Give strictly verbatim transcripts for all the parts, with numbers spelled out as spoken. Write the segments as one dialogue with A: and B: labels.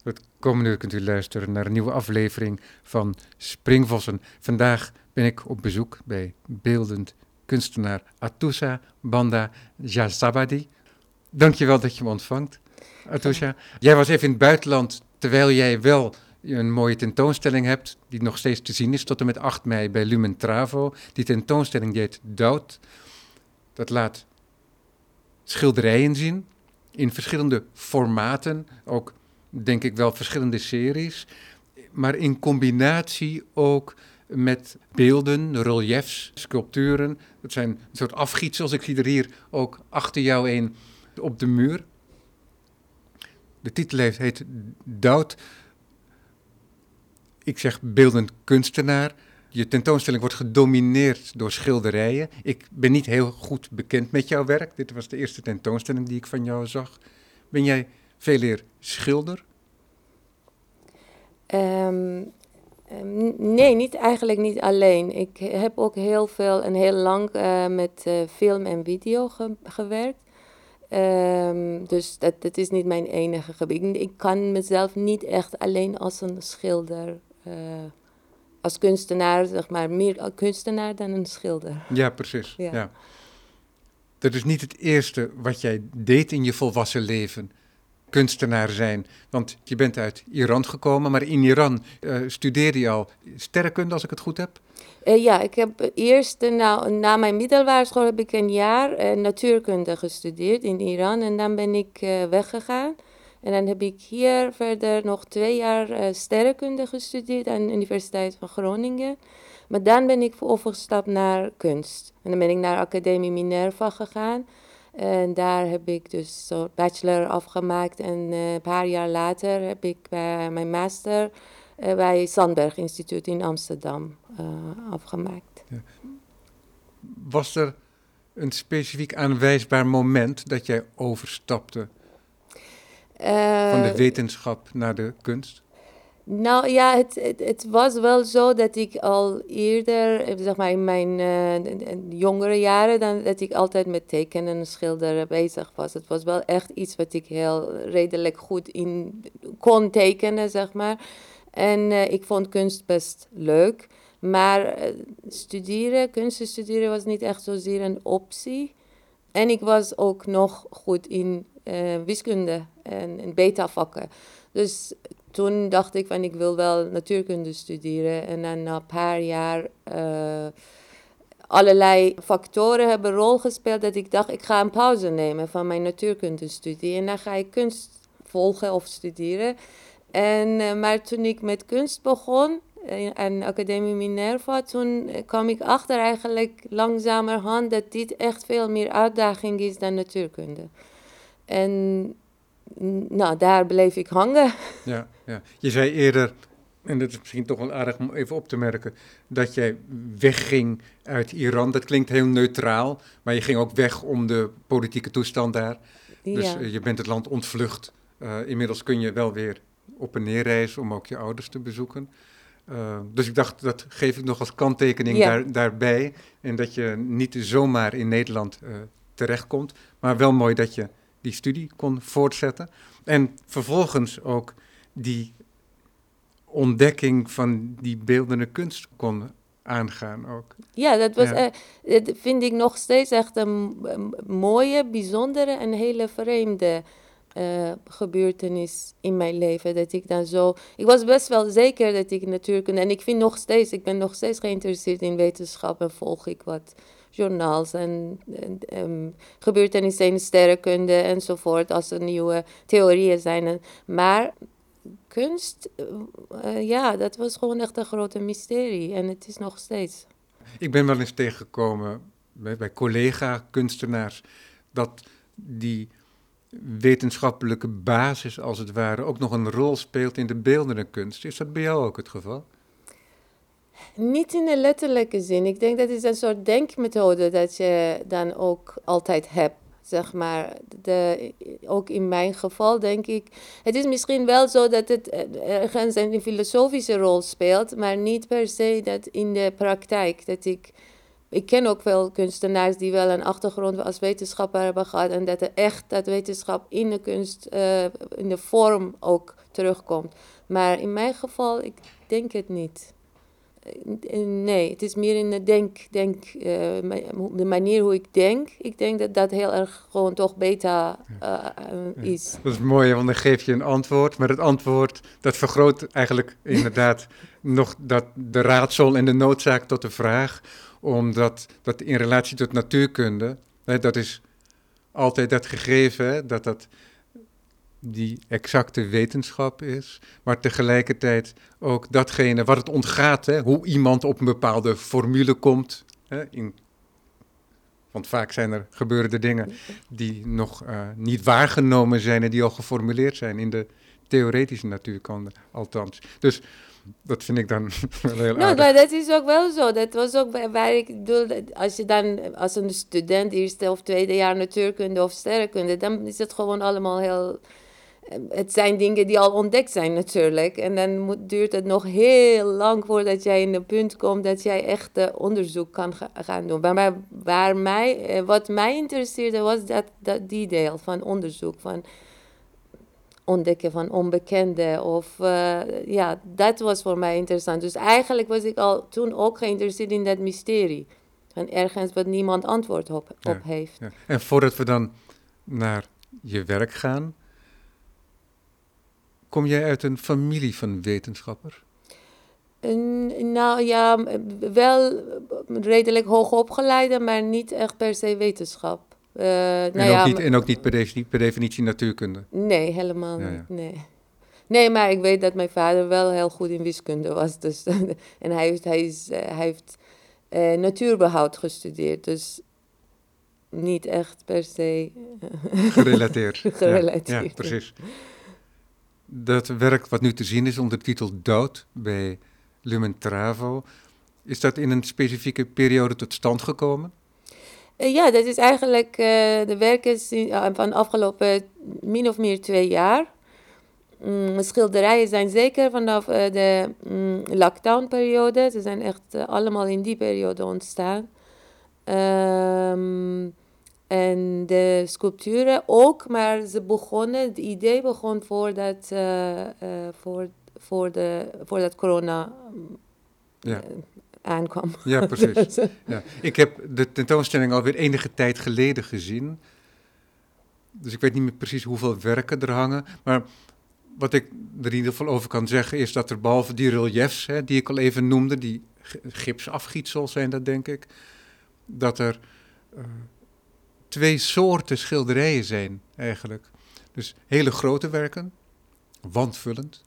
A: Het komende uur kunt u luisteren naar een nieuwe aflevering van Springvossen. Vandaag ben ik op bezoek bij beeldend kunstenaar Atoussa Banda Jazabadi. Dankjewel dat je me ontvangt, Atoussa. Ja. Jij was even in het buitenland, terwijl jij wel een mooie tentoonstelling hebt, die nog steeds te zien is, tot en met acht mei bij Lumen Travo. Die tentoonstelling die heet Doubt. Dat laat schilderijen zien, in verschillende formaten, ook denk ik wel verschillende series, maar in combinatie ook met beelden, reliefs, sculpturen. Het zijn een soort afgietsels. Ik zie er hier ook achter jou een op de muur. De titel heeft, heet Doubt. Ik zeg beeldend kunstenaar. Je tentoonstelling wordt gedomineerd door schilderijen. Ik ben niet heel goed bekend met jouw werk. Dit was de eerste tentoonstelling die ik van jou zag. Ben jij veeleer schilder?
B: Um, um, nee, niet, eigenlijk niet alleen. Ik heb ook heel veel en heel lang uh, met uh, film en video ge- gewerkt. Um, dus dat, dat is niet mijn enige gebied. Ik, ik kan mezelf niet echt alleen als een schilder, uh, als kunstenaar, zeg maar, meer kunstenaar dan een schilder.
A: Ja, precies.
B: Ja.
A: Ja. Dat is niet het eerste wat jij deed in je volwassen leven, kunstenaar zijn. Want je bent uit Iran gekomen, maar in Iran uh, studeerde je al sterrenkunde, als ik het goed heb?
B: Uh, ja, ik heb eerst, uh, na, na mijn middelbare school heb ik een jaar uh, natuurkunde gestudeerd in Iran. En dan ben ik uh, weggegaan. En dan heb ik hier verder nog twee jaar uh, sterrenkunde gestudeerd aan de Universiteit van Groningen. Maar dan ben ik overgestapt naar kunst. En dan ben ik naar Academie Minerva gegaan. En daar heb ik dus zo'n bachelor afgemaakt. En uh, een paar jaar later heb ik bij mijn master uh, bij Sandberg Instituut in Amsterdam uh, afgemaakt.
A: Ja. Was er een specifiek aanwijsbaar moment dat jij overstapte uh, van de wetenschap naar de kunst?
B: Nou ja, het, het, het was wel zo dat ik al eerder, zeg maar in mijn uh, jongere jaren, dan, dat ik altijd met tekenen en schilderen bezig was. Het was wel echt iets wat ik heel redelijk goed in kon tekenen, zeg maar. En uh, ik vond kunst best leuk. Maar uh, studeren, kunst studeren was niet echt zozeer een optie. En ik was ook nog goed in uh, wiskunde en, en beta-vakken. Dus toen dacht ik van ik wil wel natuurkunde studeren. En dan na een paar jaar uh, allerlei factoren hebben een rol gespeeld dat ik dacht ik ga een pauze nemen van mijn natuurkundestudie. En dan ga ik kunst volgen of studeren. En, uh, maar toen ik met kunst begon aan Academie Minerva, toen kwam ik achter eigenlijk langzamerhand dat dit echt veel meer uitdaging is dan natuurkunde. En nou, daar bleef ik hangen.
A: Ja, ja. Je zei eerder, en dat is misschien toch wel aardig om even op te merken, dat jij wegging uit Iran. Dat klinkt heel neutraal, maar je ging ook weg om de politieke toestand daar. Ja. Dus uh, je bent het land ontvlucht. Uh, inmiddels kun je wel weer op en neer reizen om ook je ouders te bezoeken. Uh, dus ik dacht, dat geef ik nog als kanttekening ja. daar, daarbij. En dat je niet zomaar in Nederland uh, terechtkomt, maar wel mooi dat je die studie kon voortzetten. En vervolgens ook die ontdekking van die beeldende kunst kon aangaan ook.
B: Ja, dat was, ja. Uh, dat vind ik nog steeds echt een, een mooie, bijzondere en hele vreemde uh, gebeurtenis in mijn leven. Dat ik dan zo... Ik was best wel zeker dat ik natuurkunde... En ik vind nog steeds, ik ben nog steeds geïnteresseerd in wetenschap en volg ik wat journaals en, en um, gebeurtenissen in sterrenkunde enzovoort, als er nieuwe theorieën zijn. Maar kunst, uh, ja, dat was gewoon echt een grote mysterie en het is nog steeds.
A: Ik ben wel eens tegengekomen bij, bij collega-kunstenaars dat die wetenschappelijke basis, als het ware, ook nog een rol speelt in de beeldende kunst. Is dat bij jou ook het geval?
B: Niet in de letterlijke zin. Ik denk dat is een soort denkmethode dat je dan ook altijd hebt. Zeg maar, de, ook in mijn geval denk ik... Het is misschien wel zo dat het ergens een filosofische rol speelt, maar niet per se dat in de praktijk. Dat ik ik ken ook veel kunstenaars die wel een achtergrond als wetenschapper hebben gehad. En dat er echt dat wetenschap in de kunst, uh, in de vorm ook terugkomt. Maar in mijn geval, ik denk het niet. Nee, het is meer in de denk, denk uh, de manier hoe ik denk. Ik denk dat dat heel erg gewoon toch beta uh, uh, is.
A: Ja, dat is mooi, want dan geef je een antwoord. Maar het antwoord, dat vergroot eigenlijk inderdaad nog dat, de raadsel en de noodzaak tot de vraag. Omdat dat in relatie tot natuurkunde, hè, dat is altijd dat gegeven, hè, dat dat die exacte wetenschap is, maar tegelijkertijd ook datgene wat het ontgaat, hè, hoe iemand op een bepaalde formule komt. Hè, in, want vaak zijn er, gebeuren er dingen die nog uh, niet waargenomen zijn en die al geformuleerd zijn in de theoretische natuurkunde, althans. Dus dat vind ik dan wel heel
B: nou,
A: aardig.
B: maar dat is ook wel zo. Dat was ook waar ik bedoel, als je dan als een student eerste of tweede jaar natuurkunde of sterrenkunde, dan is het gewoon allemaal heel... Het zijn dingen die al ontdekt zijn natuurlijk. En dan moet, duurt het nog heel lang voordat jij in de punt komt dat jij echt uh, onderzoek kan ga, gaan doen. Maar, maar waar mij, uh, wat mij interesseerde was dat, dat, die deel van onderzoek, van ontdekken van onbekende. Of, uh, ja, dat was voor mij interessant. Dus eigenlijk was ik al toen ook geïnteresseerd in dat mysterie. Van ergens wat niemand antwoord op, op
A: ja,
B: heeft.
A: Ja. En voordat we dan naar je werk gaan, kom jij uit een familie van wetenschappers?
B: Uh, nou ja, wel redelijk hoog opgeleide, maar niet echt per se wetenschap. Uh, nou
A: en, ook
B: ja,
A: niet, en ook niet per definitie, per definitie natuurkunde?
B: Nee, helemaal
A: ja,
B: niet.
A: Ja.
B: Nee. nee, maar ik weet dat mijn vader wel heel goed in wiskunde was. Dus, en hij heeft, hij is, uh, hij heeft uh, natuurbehoud gestudeerd, dus niet echt per se
A: gerelateerd.
B: gerelateerd.
A: Ja, ja, precies. Dat werk wat nu te zien is onder de titel Dood bij Lumen Travo, is dat in een specifieke periode tot stand gekomen?
B: Uh, ja, dat is eigenlijk uh, de werken uh, van de afgelopen min of meer twee jaar. Mm, schilderijen zijn zeker vanaf uh, de mm, lockdown-periode. Ze zijn echt uh, allemaal in die periode ontstaan. Um, En de sculpturen ook, maar ze begonnen, het idee begon voordat, uh, uh, voor, voor de, voordat corona uh,
A: ja.
B: aankwam.
A: Ja, precies. Ja. Ik heb de tentoonstelling alweer enige tijd geleden gezien. Dus ik weet niet meer precies hoeveel werken er hangen. Maar wat ik er in ieder geval over kan zeggen is dat er behalve die reliefs, hè, die ik al even noemde, die gipsafgietsels zijn dat denk ik, dat er... Uh, twee soorten schilderijen zijn eigenlijk. Dus hele grote werken, wandvullend,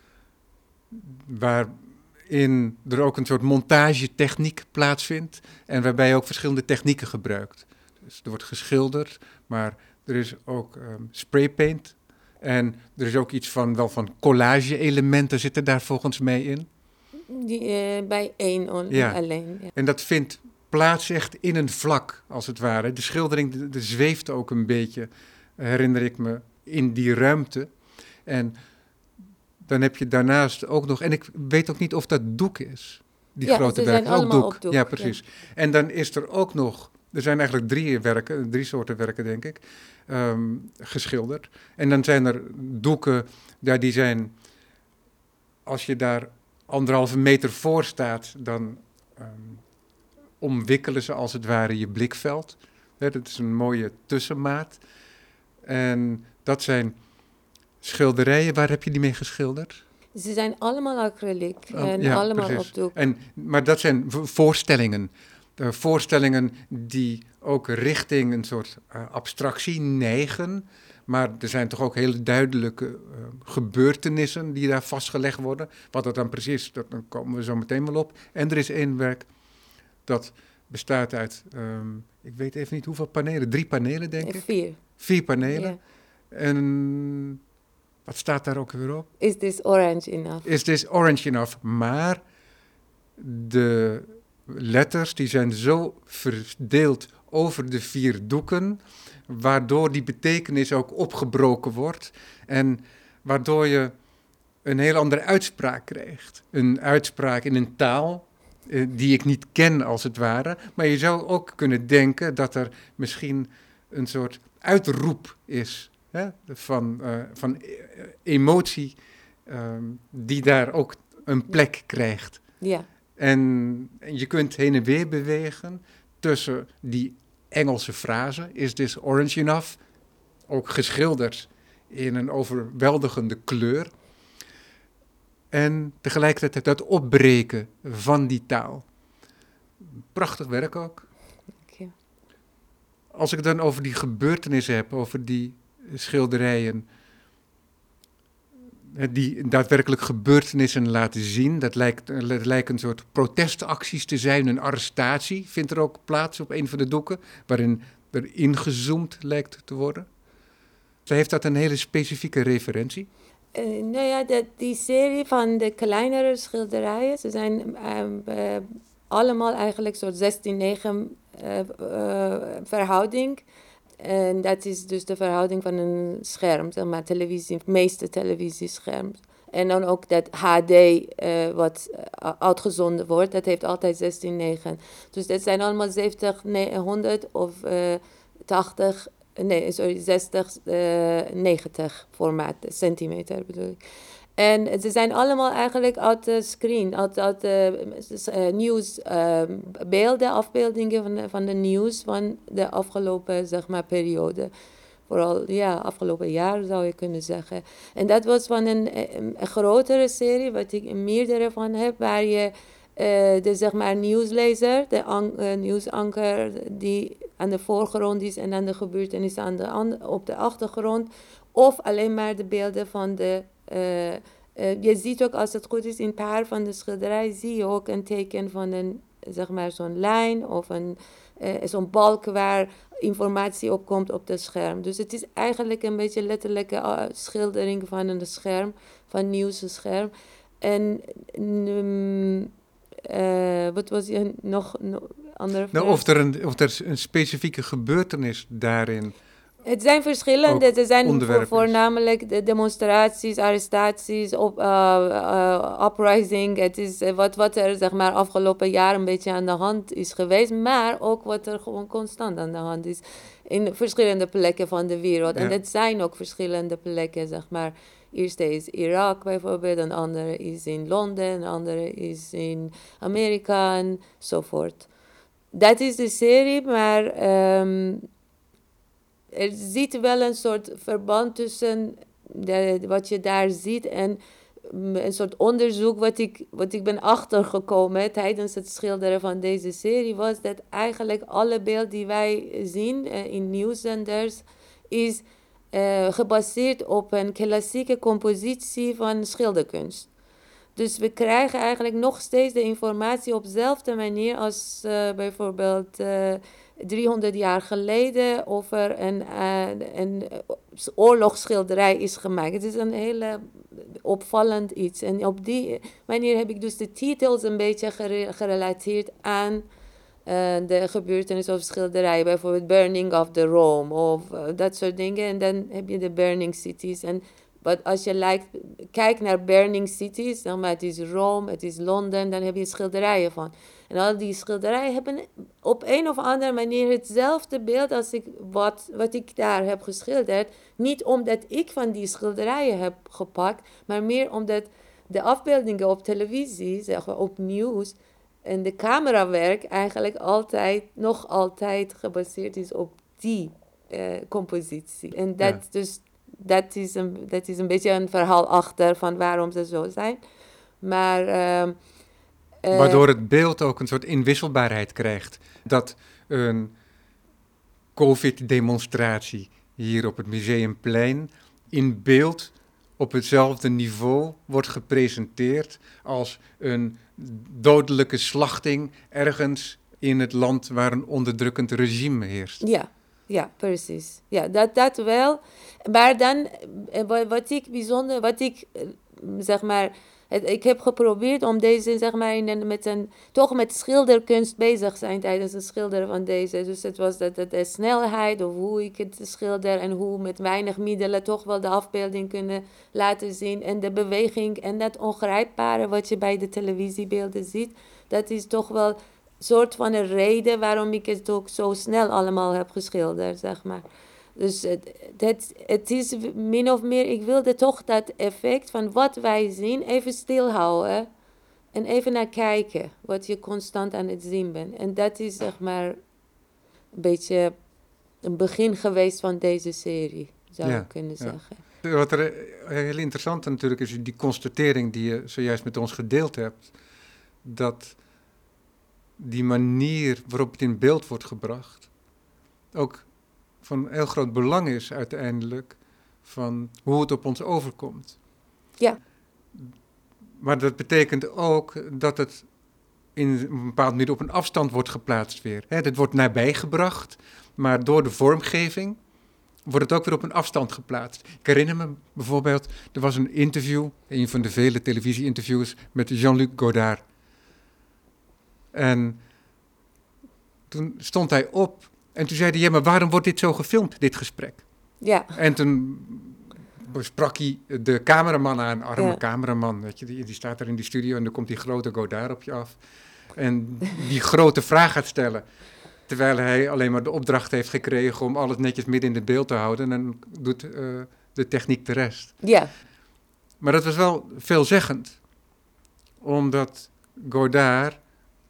A: waarin er ook een soort montagetechniek plaatsvindt en waarbij je ook verschillende technieken gebruikt. Dus er wordt geschilderd, maar er is ook um, spraypaint en er is ook iets van, wel van collage-elementen zitten daar volgens mij in.
B: Die, uh, bij één on-
A: ja.
B: alleen. Ja.
A: En dat vindt plaats echt in een vlak, als het ware. De schildering de, de zweeft ook een beetje, herinner ik me, in die ruimte. En dan heb je daarnaast ook nog... En ik weet ook niet of dat doek is, die
B: ja,
A: grote
B: ze
A: werken.
B: zijn allemaal
A: doek.
B: op doek.
A: Ja, precies. Ja. En dan is er ook nog... Er zijn eigenlijk drie werken, drie soorten werken, denk ik, um, geschilderd. En dan zijn er doeken, ja, die zijn... Als je daar anderhalve meter voor staat, dan... Um, omwikkelen ze als het ware je blikveld. Ja, dat is een mooie tussenmaat. En dat zijn schilderijen. Waar heb je die mee geschilderd?
B: Ze zijn allemaal acryliek
A: Oh,
B: en
A: ja,
B: allemaal
A: precies.
B: op doek.
A: En, maar dat zijn voorstellingen. Uh, voorstellingen die ook richting een soort uh, abstractie neigen. Maar er zijn toch ook hele duidelijke uh, gebeurtenissen die daar vastgelegd worden. Wat dat dan precies is, daar komen we zo meteen wel op. En er is één werk dat bestaat uit, um, ik weet even niet hoeveel panelen, drie panelen denk ik?
B: Vier.
A: Vier panelen.
B: Yeah.
A: En wat staat daar ook weer op?
B: Is this orange enough?
A: Is this orange enough? Maar de letters die zijn zo verdeeld over de vier doeken, waardoor die betekenis ook opgebroken wordt en waardoor je een heel andere uitspraak krijgt. Een uitspraak in een taal uh, die ik niet ken als het ware. Maar je zou ook kunnen denken dat er misschien een soort uitroep is, hè, van, uh, van emotie uh, die daar ook een plek krijgt.
B: Ja.
A: En, en je kunt heen en weer bewegen tussen die Engelse frase, is this orange enough? Ook geschilderd in een overweldigende kleur. En tegelijkertijd dat opbreken van die taal. Prachtig werk ook.
B: Okay.
A: Als ik het dan over die gebeurtenissen heb, over die schilderijen, die daadwerkelijk gebeurtenissen laten zien, dat lijkt, dat lijkt een soort protestacties te zijn, een arrestatie vindt er ook plaats op een van de doeken, waarin er ingezoomd lijkt te worden. Heeft dat een hele specifieke referentie?
B: Uh, nou ja, de, die serie van de kleinere schilderijen, ze zijn uh, uh, allemaal eigenlijk zo'n zestien negen uh, uh, verhouding. En dat is dus de verhouding van een scherm, zeg maar, televisie, het meeste televisiescherm. En dan ook dat H D uh, wat uh, uitgezonden wordt, dat heeft altijd zestien negen. Dus dat zijn allemaal zeventig, honderd of uh, tachtig, nee, sorry, zestig, uh, negentig formaat, centimeter bedoel ik. En ze zijn allemaal eigenlijk uit de screen, uit, uit de uh, nieuws, uh, beelden, afbeeldingen van de, van de nieuws van de afgelopen, zeg maar, periode. Vooral, ja, afgelopen jaar zou je kunnen zeggen. En dat was van een, een, een grotere serie, wat ik meerdere van heb, waar je uh, de, zeg maar, nieuwslezer, de an, uh, nieuwsanker die aan de voorgrond is en dan de gebeurtenissen aan de, aan, op de achtergrond, of alleen maar de beelden van de... Uh, Uh, je ziet ook, als het goed is, in een paar van de schilderijen zie je ook een teken van een, zeg maar, zo'n lijn of een, uh, zo'n balk waar informatie op komt op het scherm. Dus het is eigenlijk een beetje letterlijke uh, schildering van een scherm, van nieuwsscherm. En um, uh, wat was je nog, nog andere vraag?
A: Nou, of er een, of er een specifieke gebeurtenis daarin...
B: Het zijn verschillende, het zijn voor, voornamelijk de demonstraties, arrestaties, op, uh, uh, uprising. Het is uh, wat, wat er, zeg maar, afgelopen jaar een beetje aan de hand is geweest, maar ook wat er gewoon constant aan de hand is in verschillende plekken van de wereld. Ja. En het zijn ook verschillende plekken, zeg maar. Eerste is Irak bijvoorbeeld, een andere is in Londen, een andere is in Amerika enzovoort. Dat is de serie, maar... Um, er zit wel een soort verband tussen de, wat je daar ziet en een soort onderzoek wat ik, wat ik ben achtergekomen tijdens het schilderen van deze serie, was dat eigenlijk alle beelden die wij zien uh, in nieuwszenders is uh, gebaseerd op een klassieke compositie van schilderkunst. Dus we krijgen eigenlijk nog steeds de informatie op dezelfde manier als uh, bijvoorbeeld... Uh, driehonderd jaar geleden over een, uh, een oorlogsschilderij is gemaakt. Het is een hele opvallend iets. En op die manier heb ik dus de titels een beetje gere- gerelateerd aan uh, de gebeurtenissen of schilderijen. Bijvoorbeeld Burning of the Rome of uh, dat soort dingen. En dan heb je de Burning Cities. En wat als je lijkt, kijkt naar Burning Cities, dan maar het is Rome, het is Londen, dan heb je schilderijen van. En al die schilderijen hebben op een of andere manier hetzelfde beeld als ik, wat, wat ik daar heb geschilderd. Niet omdat ik van die schilderijen heb gepakt, maar meer omdat de afbeeldingen op televisie, zeg maar op nieuws, en de camerawerk eigenlijk altijd, nog altijd gebaseerd is op die uh, compositie. En dat ja. dus... Dat is, een, dat is een beetje een verhaal achter van waarom ze zo zijn. Maar, uh, uh,
A: Waardoor het beeld ook een soort inwisselbaarheid krijgt. Dat een COVID-demonstratie hier op het Museumplein in beeld op hetzelfde niveau wordt gepresenteerd als een dodelijke slachting ergens in het land waar een onderdrukkend regime heerst.
B: Ja. Ja, precies. Ja, dat, dat wel. Maar dan, wat ik bijzonder, wat ik, zeg maar, Het, ik heb geprobeerd om deze, zeg maar, in een, met een, toch met schilderkunst bezig zijn tijdens het schilderen van deze. Dus het was de, de, de snelheid of hoe ik het schilder en hoe met weinig middelen toch wel de afbeelding kunnen laten zien. En de beweging en dat ongrijpbare wat je bij de televisiebeelden ziet, dat is toch wel een soort van een reden waarom ik het ook zo snel allemaal heb geschilderd, zeg maar. Dus het, het, het is min of meer, ik wilde toch dat effect van wat wij zien even stilhouden en even naar kijken, wat je constant aan het zien bent. En dat is zeg maar een beetje een begin geweest van deze serie, zou
A: Ja,
B: ik kunnen
A: ja.
B: zeggen.
A: Wat er heel interessant natuurlijk is, die constatering die je zojuist met ons gedeeld hebt, dat die manier waarop het in beeld wordt gebracht ook van heel groot belang is uiteindelijk van hoe het op ons overkomt.
B: Ja.
A: Maar dat betekent ook dat het in een bepaald manier op een afstand wordt geplaatst weer. Hè, dit wordt nabijgebracht, maar door de vormgeving wordt het ook weer op een afstand geplaatst. Ik herinner me bijvoorbeeld, er was een interview, een van de vele televisie-interviews met Jean-Luc Godard. En toen stond hij op en toen zei hij, ja, maar waarom wordt dit zo gefilmd, dit gesprek?
B: Ja.
A: En toen sprak hij de cameraman aan, arme
B: Ja.
A: cameraman, weet je, die, die staat er in die studio en dan komt die grote Godard op je af. En die grote vraag gaat stellen, terwijl hij alleen maar de opdracht heeft gekregen om alles netjes midden in het beeld te houden en dan doet uh, de techniek de rest.
B: Ja.
A: Maar dat was wel veelzeggend, omdat Godard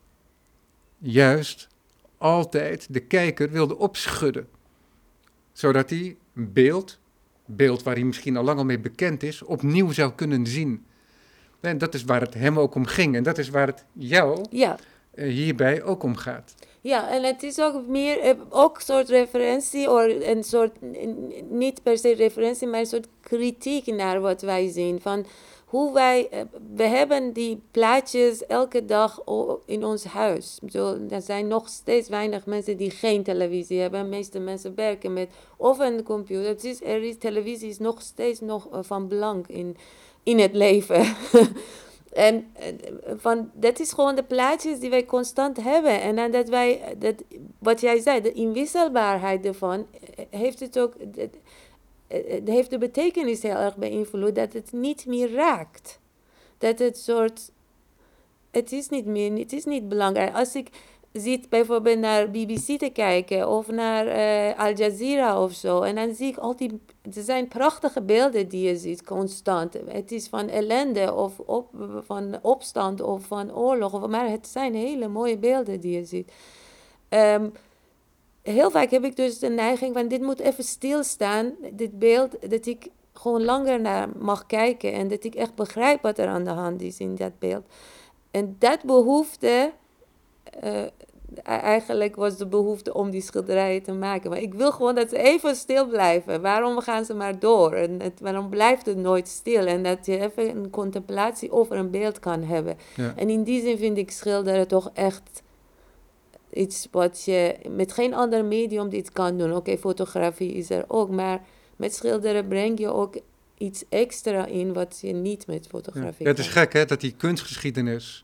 A: juist altijd de kijker wilde opschudden, zodat hij een beeld, beeld waar hij misschien al lang al mee bekend is, opnieuw zou kunnen zien. En dat is waar het hem ook om ging en dat is waar het jou
B: Ja.
A: uh, hierbij ook om gaat.
B: Ja, en het is ook meer, ook een soort referentie, of een soort, niet per se referentie, maar een soort kritiek naar wat wij zien. Van hoe wij, we hebben die plaatjes elke dag in ons huis. Zo, er zijn nog steeds weinig mensen die geen televisie hebben. De meeste mensen werken met of een computer. Het is, er is, televisie is nog steeds nog van belang in, in het leven. En van, dat is gewoon de plaatjes die wij constant hebben. En dan dat wij, dat, wat jij zei, de inwisselbaarheid ervan, heeft het ook, het, het heeft de betekenis heel erg beïnvloed dat het niet meer raakt. Dat het soort, het is niet meer, het is niet belangrijk. Als ik zit bijvoorbeeld naar B B C te kijken of naar uh, Al Jazeera of zo. En dan zie ik al die, er zijn prachtige beelden die je ziet constant. Het is van ellende of op, van opstand of van oorlog. Maar het zijn hele mooie beelden die je ziet. Um, heel vaak heb ik dus de neiging van dit moet even stilstaan. Dit beeld, dat ik gewoon langer naar mag kijken. En dat ik echt begrijp wat er aan de hand is in dat beeld. En dat behoefte... Uh, eigenlijk was de behoefte om die schilderijen te maken. Maar ik wil gewoon dat ze even stil blijven. Waarom gaan ze maar door? En het, waarom blijft het nooit stil? En dat je even een contemplatie over een beeld kan hebben.
A: Ja.
B: En in die zin vind ik schilderen toch echt iets wat je met geen ander medium dit kan doen. Oké, okay, fotografie is er ook. Maar met schilderen breng je ook iets extra in wat je niet met fotografie
A: ja. Ja, het is gek hè, dat die kunstgeschiedenis...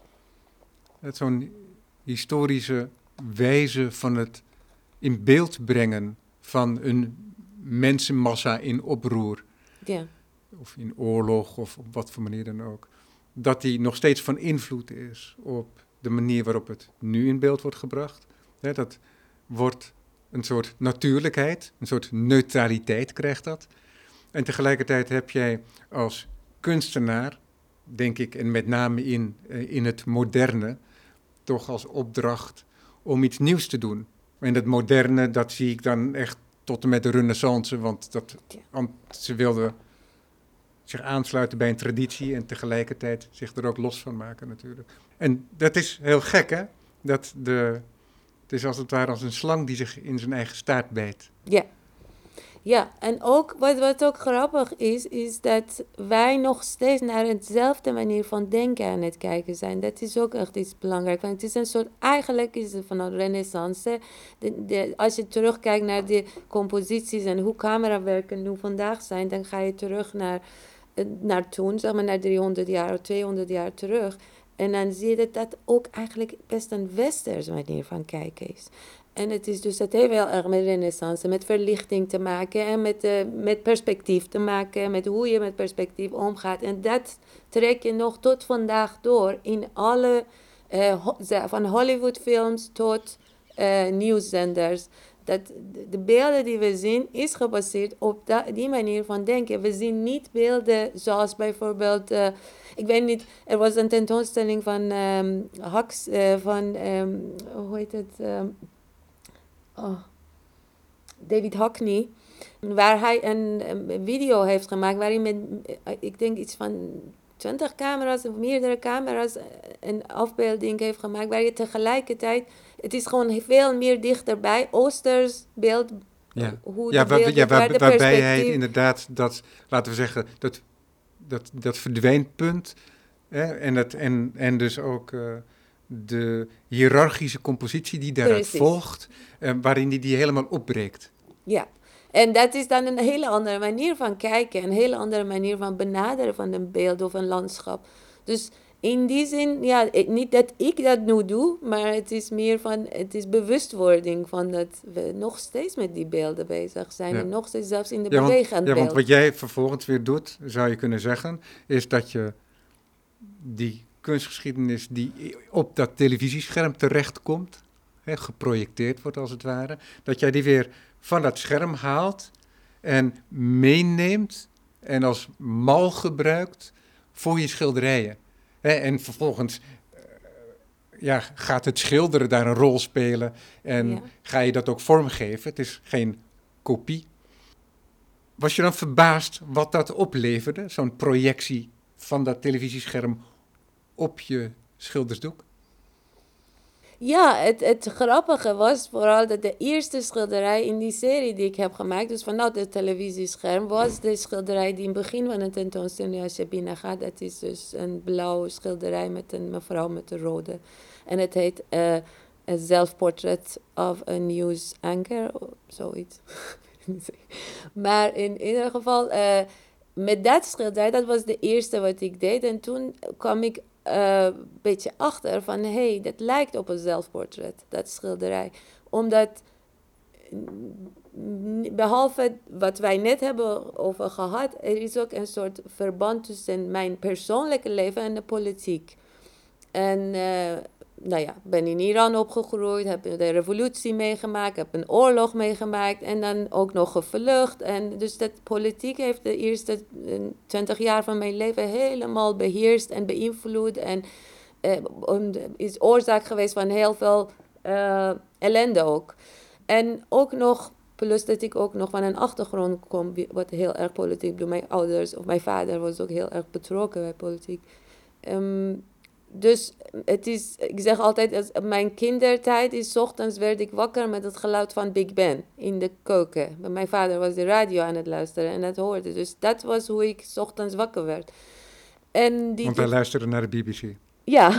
A: Het zo'n historische wijze van het in beeld brengen van een mensenmassa in oproer.
B: Ja.
A: Of in oorlog of op wat voor manier dan ook. Dat die nog steeds van invloed is op de manier waarop het nu in beeld wordt gebracht. Hè, dat wordt een soort natuurlijkheid, een soort neutraliteit krijgt dat. En tegelijkertijd heb jij als kunstenaar, denk ik, en met name in, in het moderne, toch als opdracht om iets nieuws te doen. En dat moderne, dat zie ik dan echt tot en met de renaissance, want, dat, want ze wilden zich aansluiten bij een traditie en tegelijkertijd zich er ook los van maken natuurlijk. En dat is heel gek, hè? Dat de, het is als het ware als een slang die zich in zijn eigen staart bijt.
B: Ja. Ja, en ook wat, wat ook grappig is, is dat wij nog steeds naar hetzelfde manier van denken aan het kijken zijn. Dat is ook echt iets belangrijks. Want het is een soort, eigenlijk is het van een renaissance. De, de, als je terugkijkt naar de composities en hoe camerawerken nu vandaag zijn, dan ga je terug naar naar toen, zeg maar naar driehonderd jaar of tweehonderd jaar terug. En dan zie je dat dat ook eigenlijk best een westers manier van kijken is. En het is dus, dat heeft wel erg met renaissance, met verlichting te maken en met, uh, met perspectief te maken, met hoe je met perspectief omgaat. En dat trek je nog tot vandaag door in alle, uh, ho- van Hollywoodfilms tot uh, nieuwszenders. Dat de beelden die we zien is gebaseerd op da- die manier van denken. We zien niet beelden zoals bijvoorbeeld, uh, ik weet niet, er was een tentoonstelling van um, Hux, uh, van, um, hoe heet het, um, oh, David Hockney, waar hij een, een video heeft gemaakt waarin met, ik denk iets van twintig camera's of meerdere camera's een afbeelding heeft gemaakt, waar je tegelijkertijd, het is gewoon veel meer dichterbij, Oosters beeld,
A: Ja,
B: hoe
A: ja,
B: de
A: waar,
B: beelden,
A: ja waar,
B: waar de
A: waarbij hij
B: perspectief.
A: inderdaad dat, laten we zeggen, dat, dat, dat verdwijnpunt hè, en, dat, en, en dus ook uh, de hiërarchische compositie die daaruit
B: Precies.
A: volgt, uh, waarin hij die helemaal opbreekt.
B: Ja, en dat is dan een hele andere manier van kijken, een hele andere manier van benaderen van een beeld of een landschap. Dus in die zin, ja, het- niet dat ik dat nu doe, maar het is meer van, het is bewustwording van dat we nog steeds met die beelden bezig zijn
A: Ja.
B: en nog steeds zelfs in de
A: Ja, want,
B: bewegend
A: ja, want
B: beeld.
A: wat jij vervolgens weer doet, zou je kunnen zeggen, is dat je die kunstgeschiedenis die op dat televisiescherm terechtkomt, hè, geprojecteerd wordt als het ware, dat jij die weer van dat scherm haalt en meeneemt en als mal gebruikt voor je schilderijen. Hè, en vervolgens uh, ja, gaat het schilderen daar een rol spelen en
B: Ja.
A: ga je dat ook vormgeven. Het is geen kopie. Was je dan verbaasd wat dat opleverde, zo'n projectie van dat televisiescherm op je schildersdoek?
B: Ja, het, het grappige was vooral dat de eerste schilderij in die serie die ik heb gemaakt, dus vanuit het televisiescherm, was de schilderij die in het begin van de tentoonstelling als je binnen gaat. Dat is dus een blauwe schilderij met een mevrouw met een rode. En het heet uh, een zelfportret of a news anchor, of zoiets. Maar in ieder geval, uh, met dat schilderij, dat was de eerste wat ik deed. En toen kwam ik een uh, beetje achter van, hé, hey, dat lijkt op een zelfportret, dat schilderij. Omdat, behalve wat wij net hebben over gehad, er is ook een soort verband tussen mijn persoonlijke leven en de politiek. En uh, nou ja, ben in Iran opgegroeid, heb de revolutie meegemaakt, heb een oorlog meegemaakt en dan ook nog gevlucht. En dus dat politiek heeft de eerste twintig jaar van mijn leven helemaal beheerst en beïnvloed en uh, is oorzaak geweest van heel veel uh, ellende ook. En ook nog, plus dat ik ook nog van een achtergrond kom, wat heel erg politiek doet. Mijn ouders of mijn vader was ook heel erg betrokken bij politiek. Um, Dus het is, ik zeg altijd, als mijn kindertijd is, 's ochtends werd ik wakker met het geluid van Big Ben in de keuken. Mijn vader was de radio aan het luisteren en dat hoorde. Dus dat was hoe ik 's ochtends wakker werd. En die
A: Want hij luisterde naar de B B C.
B: Ja,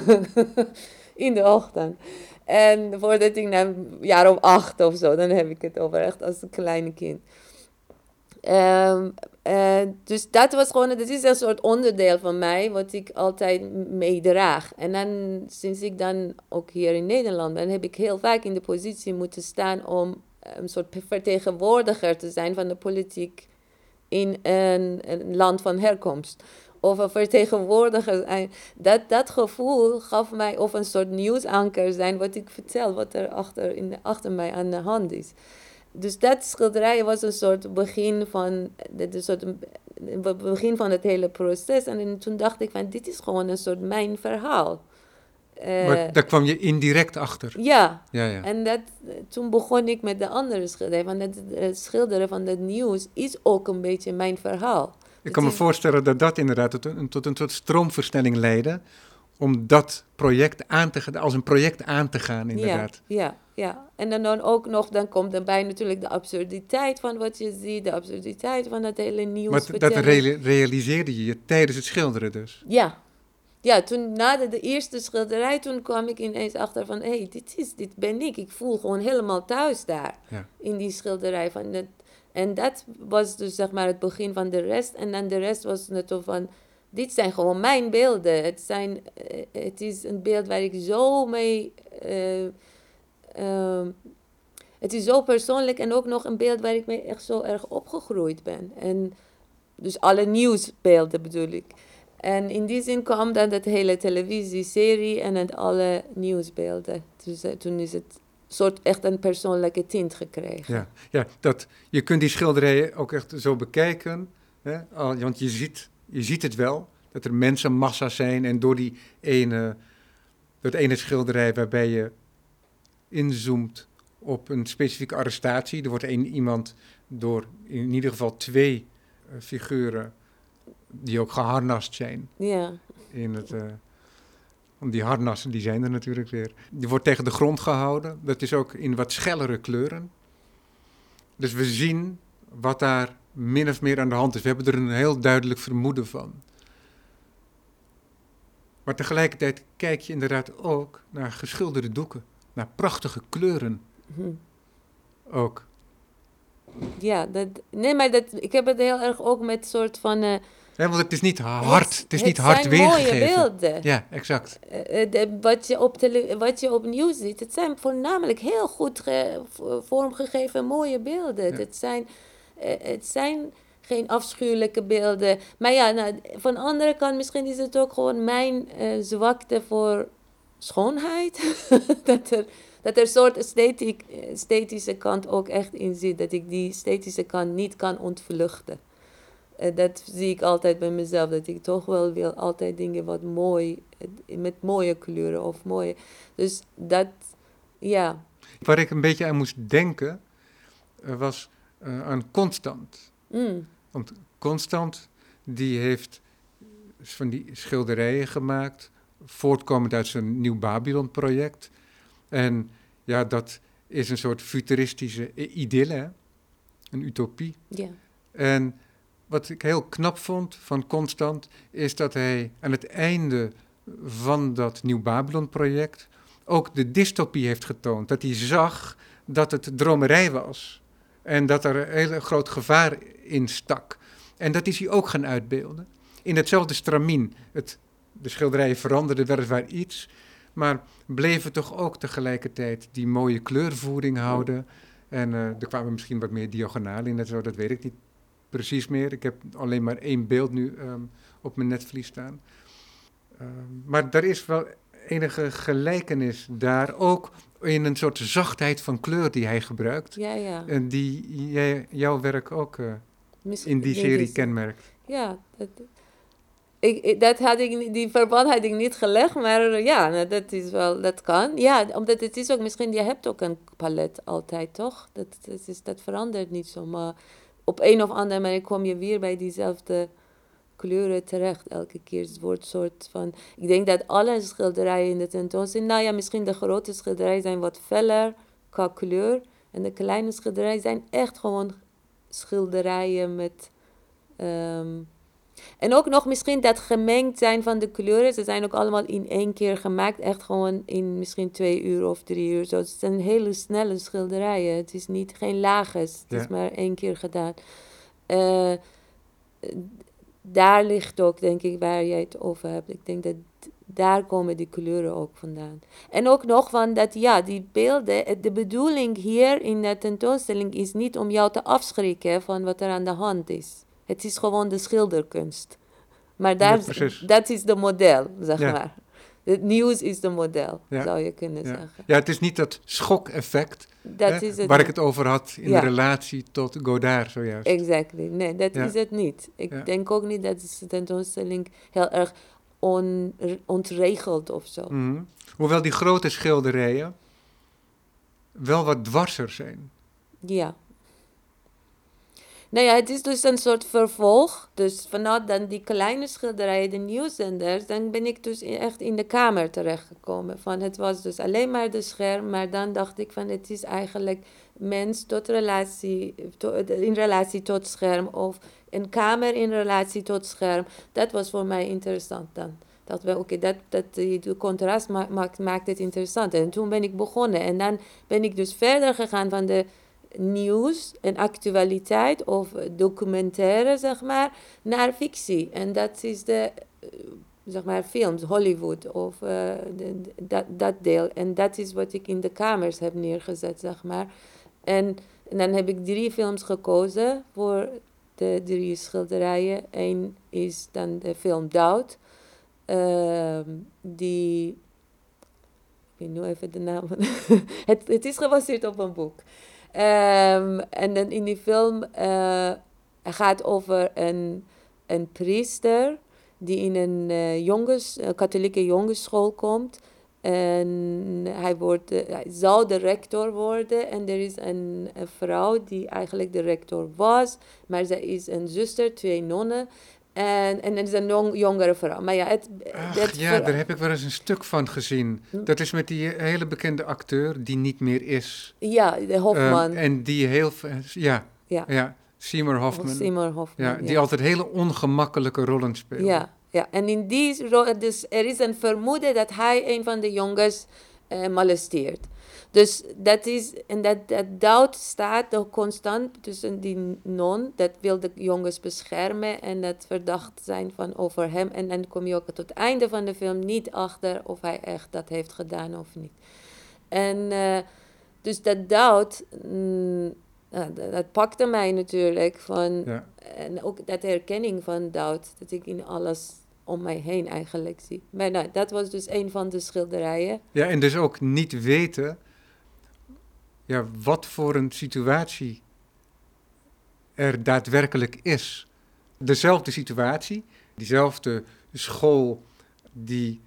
B: in de ochtend. En voordat ik naar een jaar of acht of zo, dan heb ik het over echt als een kleine kind. Um, uh, dus dat was gewoon, dat is een soort onderdeel van mij, wat ik altijd meedraag. En dan, sinds ik dan ook hier in Nederland ben, heb ik heel vaak in de positie moeten staan om een soort vertegenwoordiger te zijn van de politiek in een, een land van herkomst. Of een vertegenwoordiger. Dat, dat gevoel gaf mij, of een soort nieuwsanker zijn, wat ik vertel, wat er achter, in de, achter mij aan de hand is. Dus dat schilderij was een soort begin van, een soort begin van het hele proces. En toen dacht ik van, dit is gewoon een soort mijn verhaal.
A: Uh, maar daar kwam je indirect achter?
B: Ja,
A: ja, ja.
B: En dat, toen begon ik met de andere schilderij. Want het, het schilderen van het nieuws is ook een beetje mijn verhaal.
A: Ik kan me voorstellen dat dat inderdaad tot een, tot een soort stroomversnelling leidde, om dat project aan te, als een project aan te gaan, inderdaad.
B: Ja, ja, ja. En dan, dan ook nog, dan komt erbij natuurlijk de absurditeit van wat je ziet, de absurditeit van het hele nieuws.
A: Maar dat rea- realiseerde je je tijdens het schilderen dus?
B: Ja, ja, toen na de, de eerste schilderij, toen kwam ik ineens achter van, hé, hey, dit, is, dit ben ik. Ik voel gewoon helemaal thuis daar,
A: Ja.
B: in die schilderij. Van dat, en dat was dus zeg maar het begin van de rest. En dan de rest was net zo van, dit zijn gewoon mijn beelden. Het, zijn, eh, het is een beeld waar ik zo mee... eh, ehm, het is zo persoonlijk en ook nog een beeld waar ik mee echt zo erg opgegroeid ben. En dus alle nieuwsbeelden bedoel ik. En in die zin kwam dan dat hele televisieserie en het alle nieuwsbeelden. Dus uh, toen is het soort echt een persoonlijke tint gekregen.
A: Ja, ja dat, je kunt die schilderijen ook echt zo bekijken. Hè? Al, want je ziet, je ziet het wel, dat er mensenmassa's zijn. En door die ene, dat ene schilderij waarbij je inzoomt op een specifieke arrestatie. Er wordt een, iemand door in ieder geval twee uh, figuren die ook geharnast zijn.
B: Ja.
A: In het, uh, want die harnassen die zijn er natuurlijk weer. Die wordt tegen de grond gehouden. Dat is ook in wat schellere kleuren. Dus we zien wat daar min of meer aan de hand is. We hebben er een heel duidelijk vermoeden van. Maar tegelijkertijd kijk je inderdaad ook naar geschilderde doeken. Naar prachtige kleuren.
B: Hm.
A: Ook.
B: Ja, dat, nee, maar dat, ik heb het heel erg ook met soort van... Uh,
A: ja, want het is niet hard, het, het is niet
B: het
A: hard
B: zijn
A: weergegeven.
B: mooie beelden.
A: Ja, exact.
B: Uh, de, wat, je op tele, wat je opnieuw ziet, het zijn voornamelijk heel goed ge, vormgegeven mooie beelden. Ja. Het, zijn, uh, het zijn geen afschuwelijke beelden. Maar ja, nou, van de andere kant misschien is het ook gewoon mijn uh, zwakte voor schoonheid. dat er... Dat er een soort esthetiek, esthetische kant ook echt in zit. Dat ik die esthetische kant niet kan ontvluchten. Uh, dat zie ik altijd bij mezelf. Dat ik toch wel wil altijd dingen wat mooi, met mooie kleuren of mooie. Dus dat, ja.
A: Waar ik een beetje aan moest denken, uh, was uh, aan Constant.
B: Mm.
A: Want Constant, die heeft van die schilderijen gemaakt, voortkomend uit zijn Nieuw Babylon project. En ja, dat is een soort futuristische idylle, hè? Een utopie.
B: Ja.
A: En wat ik heel knap vond van Constant, is dat hij aan het einde van dat Nieuw Babylon project ook de dystopie heeft getoond. Dat hij zag dat het dromerij was en dat er een heel groot gevaar in stak. En dat is hij ook gaan uitbeelden. In hetzelfde stramien. Het, de schilderijen veranderden weliswaar iets, maar bleven toch ook tegelijkertijd die mooie kleurvoering houden. En uh, er kwamen misschien wat meer diagonalen in en zo, dat weet ik niet precies meer. Ik heb alleen maar één beeld nu um, op mijn netvlies staan. Uh, maar er is wel enige gelijkenis daar, ook in een soort zachtheid van kleur die hij gebruikt.
B: Ja, ja.
A: En die jij, jouw werk ook uh, in die serie is, kenmerkt.
B: Ja, dat... Ik, ik, dat had ik, die verband had ik niet gelegd, maar ja, dat is wel, dat kan. Ja, omdat het is ook, misschien, je hebt ook een palet altijd, toch? Dat, dat, is, dat verandert niet zo, maar op een of andere manier kom je weer bij diezelfde kleuren terecht elke keer. Het wordt soort van, ik denk dat alle schilderijen in de tentoonstelling, nou ja, misschien de grote schilderijen zijn wat feller qua kleur, en de kleine schilderijen zijn echt gewoon schilderijen met... Um, En ook nog misschien dat gemengd zijn van de kleuren. Ze zijn ook allemaal in één keer gemaakt. Echt gewoon in misschien twee uur of drie uur. Zo. Het zijn hele snelle schilderijen. Het is niet, geen lages. Het ja. is maar één keer gedaan. Uh, daar ligt ook, denk ik, waar jij het over hebt. Ik denk dat daar komen die kleuren ook vandaan. En ook nog van dat, ja, die beelden. De bedoeling hier in de tentoonstelling is niet om jou te afschrikken van wat er aan de hand is. Het is gewoon de schilderkunst. Maar daar, ja, dat is de model, zeg ja. maar. Het nieuws is de model, ja. zou je kunnen
A: ja.
B: zeggen.
A: Ja, het is niet dat schok-effect
B: dat
A: hè,
B: is het
A: waar
B: niet.
A: ik het over had in ja. relatie tot Godard zojuist.
B: Exactly. Nee, dat
A: ja.
B: is het niet. Ik ja. denk ook niet dat de tentoonstelling heel erg on, ontregelt of zo.
A: Mm-hmm. Hoewel die grote schilderijen wel wat dwarser zijn.
B: Ja. Nou ja, het is dus een soort vervolg. Dus vanuit dan die kleine schilderijen, de nieuwszenders, dan ben ik dus echt in de kamer terechtgekomen. Van het was dus alleen maar de scherm, maar dan dacht ik van het is eigenlijk mens tot relatie, to, in relatie tot scherm of een kamer in relatie tot scherm. Dat was voor mij interessant dan. dachten we, oké, dat, dat de contrast ma- maakt, maakt het interessant. En toen ben ik begonnen. En dan ben ik dus verder gegaan van de nieuws en actualiteit of documentaire, zeg maar, naar fictie. En dat is de, uh, zeg maar, films, Hollywood of uh, de, de, dat, dat deel. En dat is wat ik in de kamers heb neergezet, zeg maar. En, en dan heb ik drie films gekozen voor de drie schilderijen. Eén is dan de film Doubt. Uh, die, ik weet nu even de naam. het, het is gebaseerd op een boek. Um, en dan in die film uh, gaat over een, een priester die in een uh, jongens, uh, katholieke jongensschool komt. En hij, wordt, uh, hij zou de rector worden. En er is een, een vrouw die eigenlijk de rector was. Maar zij is een zuster, twee nonnen. En, en het is een jong, jongere vrouw. Maar ja, het,
A: Ach,
B: dat
A: ja,
B: ver...
A: daar heb ik wel eens een stuk van gezien. Dat is met die hele bekende acteur die niet meer is.
B: Ja, de Hofman.
A: Uh, en die heel... Ja,
B: ja.
A: ja Seymour Hoffman.
B: Seymour Hoffman,
A: ja, die ja. altijd hele ongemakkelijke rollen speelde.
B: Ja, ja. En in die rol... Dus er is een vermoeden dat hij een van de jongens uh, molesteert. Dus dat is... En dat, dat doubt staat er constant tussen die non. Dat wil de jongens beschermen. En dat verdacht zijn van over hem. En dan kom je ook tot het einde van de film niet achter of hij echt dat heeft gedaan of niet. En uh, dus dat doubt... Mm, nou, dat, dat pakte mij natuurlijk. Van, ja. En ook dat herkenning van doubt. Dat ik in alles om mij heen eigenlijk zie. Maar nou, dat was dus een van de schilderijen.
A: Ja, en dus ook niet weten... Ja, wat voor een situatie er daadwerkelijk is. Dezelfde situatie, diezelfde school, die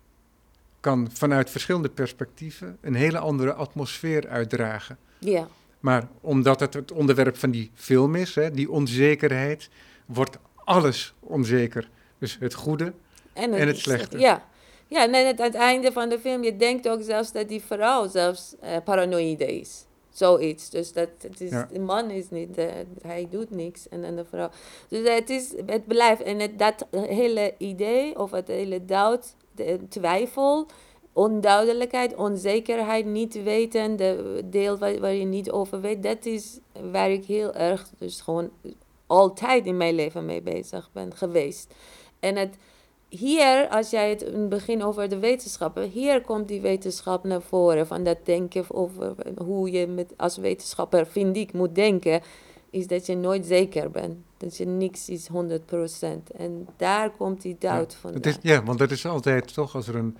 A: kan vanuit verschillende perspectieven een hele andere atmosfeer uitdragen.
B: Ja.
A: Maar omdat het het onderwerp van die film is, hè, die onzekerheid, wordt alles onzeker. Dus het goede en het, en het slechte.
B: Ja, ja, en aan het einde van de film, je denkt ook zelfs dat die vrouw zelfs uh, paranoïde is. Zoiets. Dus dat, het is, ja. De man is niet, uh, hij doet niks. En dan de vrouw. Dus uh, het, is, het blijft. En het, dat hele idee, of het hele doubt, de twijfel, onduidelijkheid, onzekerheid, niet weten, de deel waar, waar je niet over weet, dat is waar ik heel erg, dus gewoon altijd in mijn leven mee bezig ben geweest. En het, hier, als jij het in het begin over de wetenschappen, hier komt die wetenschap naar voren, van dat denken over hoe je met, als wetenschapper, vind ik, moet denken, is dat je nooit zeker bent. Dat je niks is honderd procent. En daar komt die doubt
A: ja,
B: vandaan.
A: Het is, ja, want dat is altijd toch, als er een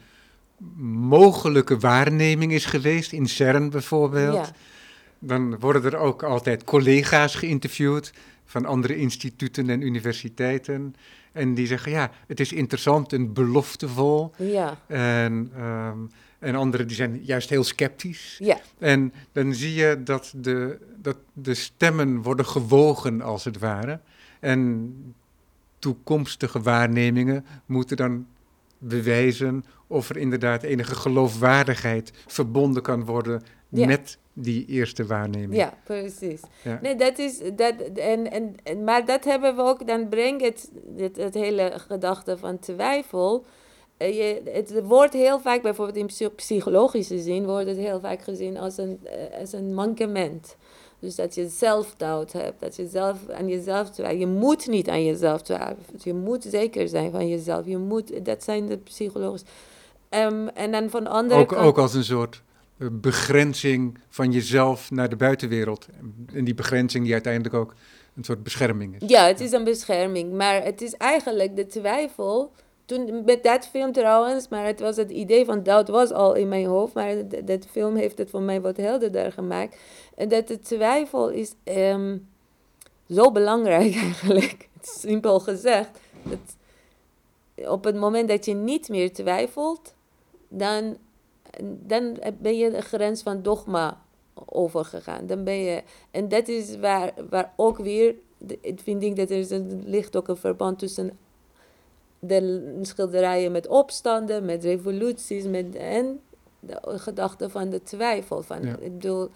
A: mogelijke waarneming is geweest, in CERN bijvoorbeeld, ja. Dan worden er ook altijd collega's geïnterviewd van andere instituten en universiteiten. En die zeggen, ja, het is interessant en beloftevol.
B: Ja.
A: En, um, en anderen die zijn juist heel sceptisch.
B: Ja.
A: En dan zie je dat de, dat de stemmen worden gewogen, als het ware. En toekomstige waarnemingen moeten dan bewijzen of er inderdaad enige geloofwaardigheid verbonden kan worden ja. met die eerste waarneming.
B: Ja, precies. Ja. Nee, dat is, dat, en, en, en, maar dat hebben we ook, dan brengt het, het, het hele gedachte van twijfel. Uh, je, het wordt heel vaak, bijvoorbeeld in psychologische zin, wordt het heel vaak gezien als een, uh, als een mankement. Dus dat je zelfdoubt hebt, dat je zelf aan jezelf twijfelt. Je moet niet aan jezelf twijfelen. Je moet zeker zijn van jezelf. Je moet, dat zijn de psychologische... Um, en dan van andere
A: ook,
B: kant...
A: ook als een soort begrenzing van jezelf naar de buitenwereld. En die begrenzing die uiteindelijk ook een soort bescherming is.
B: Ja, het is een bescherming. Maar het is eigenlijk de twijfel... Toen, met dat film trouwens, maar het was het idee van doubt was al in mijn hoofd, maar d- dat film heeft het voor mij wat helderder gemaakt. En dat de twijfel is um, zo belangrijk eigenlijk, simpel gezegd. Dat op het moment dat je niet meer twijfelt, dan, dan ben je de grens van dogma overgegaan. Dan ben je, en dat is waar, waar ook weer, ik vind ik dat er is een, ligt ook een verband tussen de schilderijen met opstanden, met revoluties, met, en de gedachte van de twijfel. Van, ja. Ik bedoel,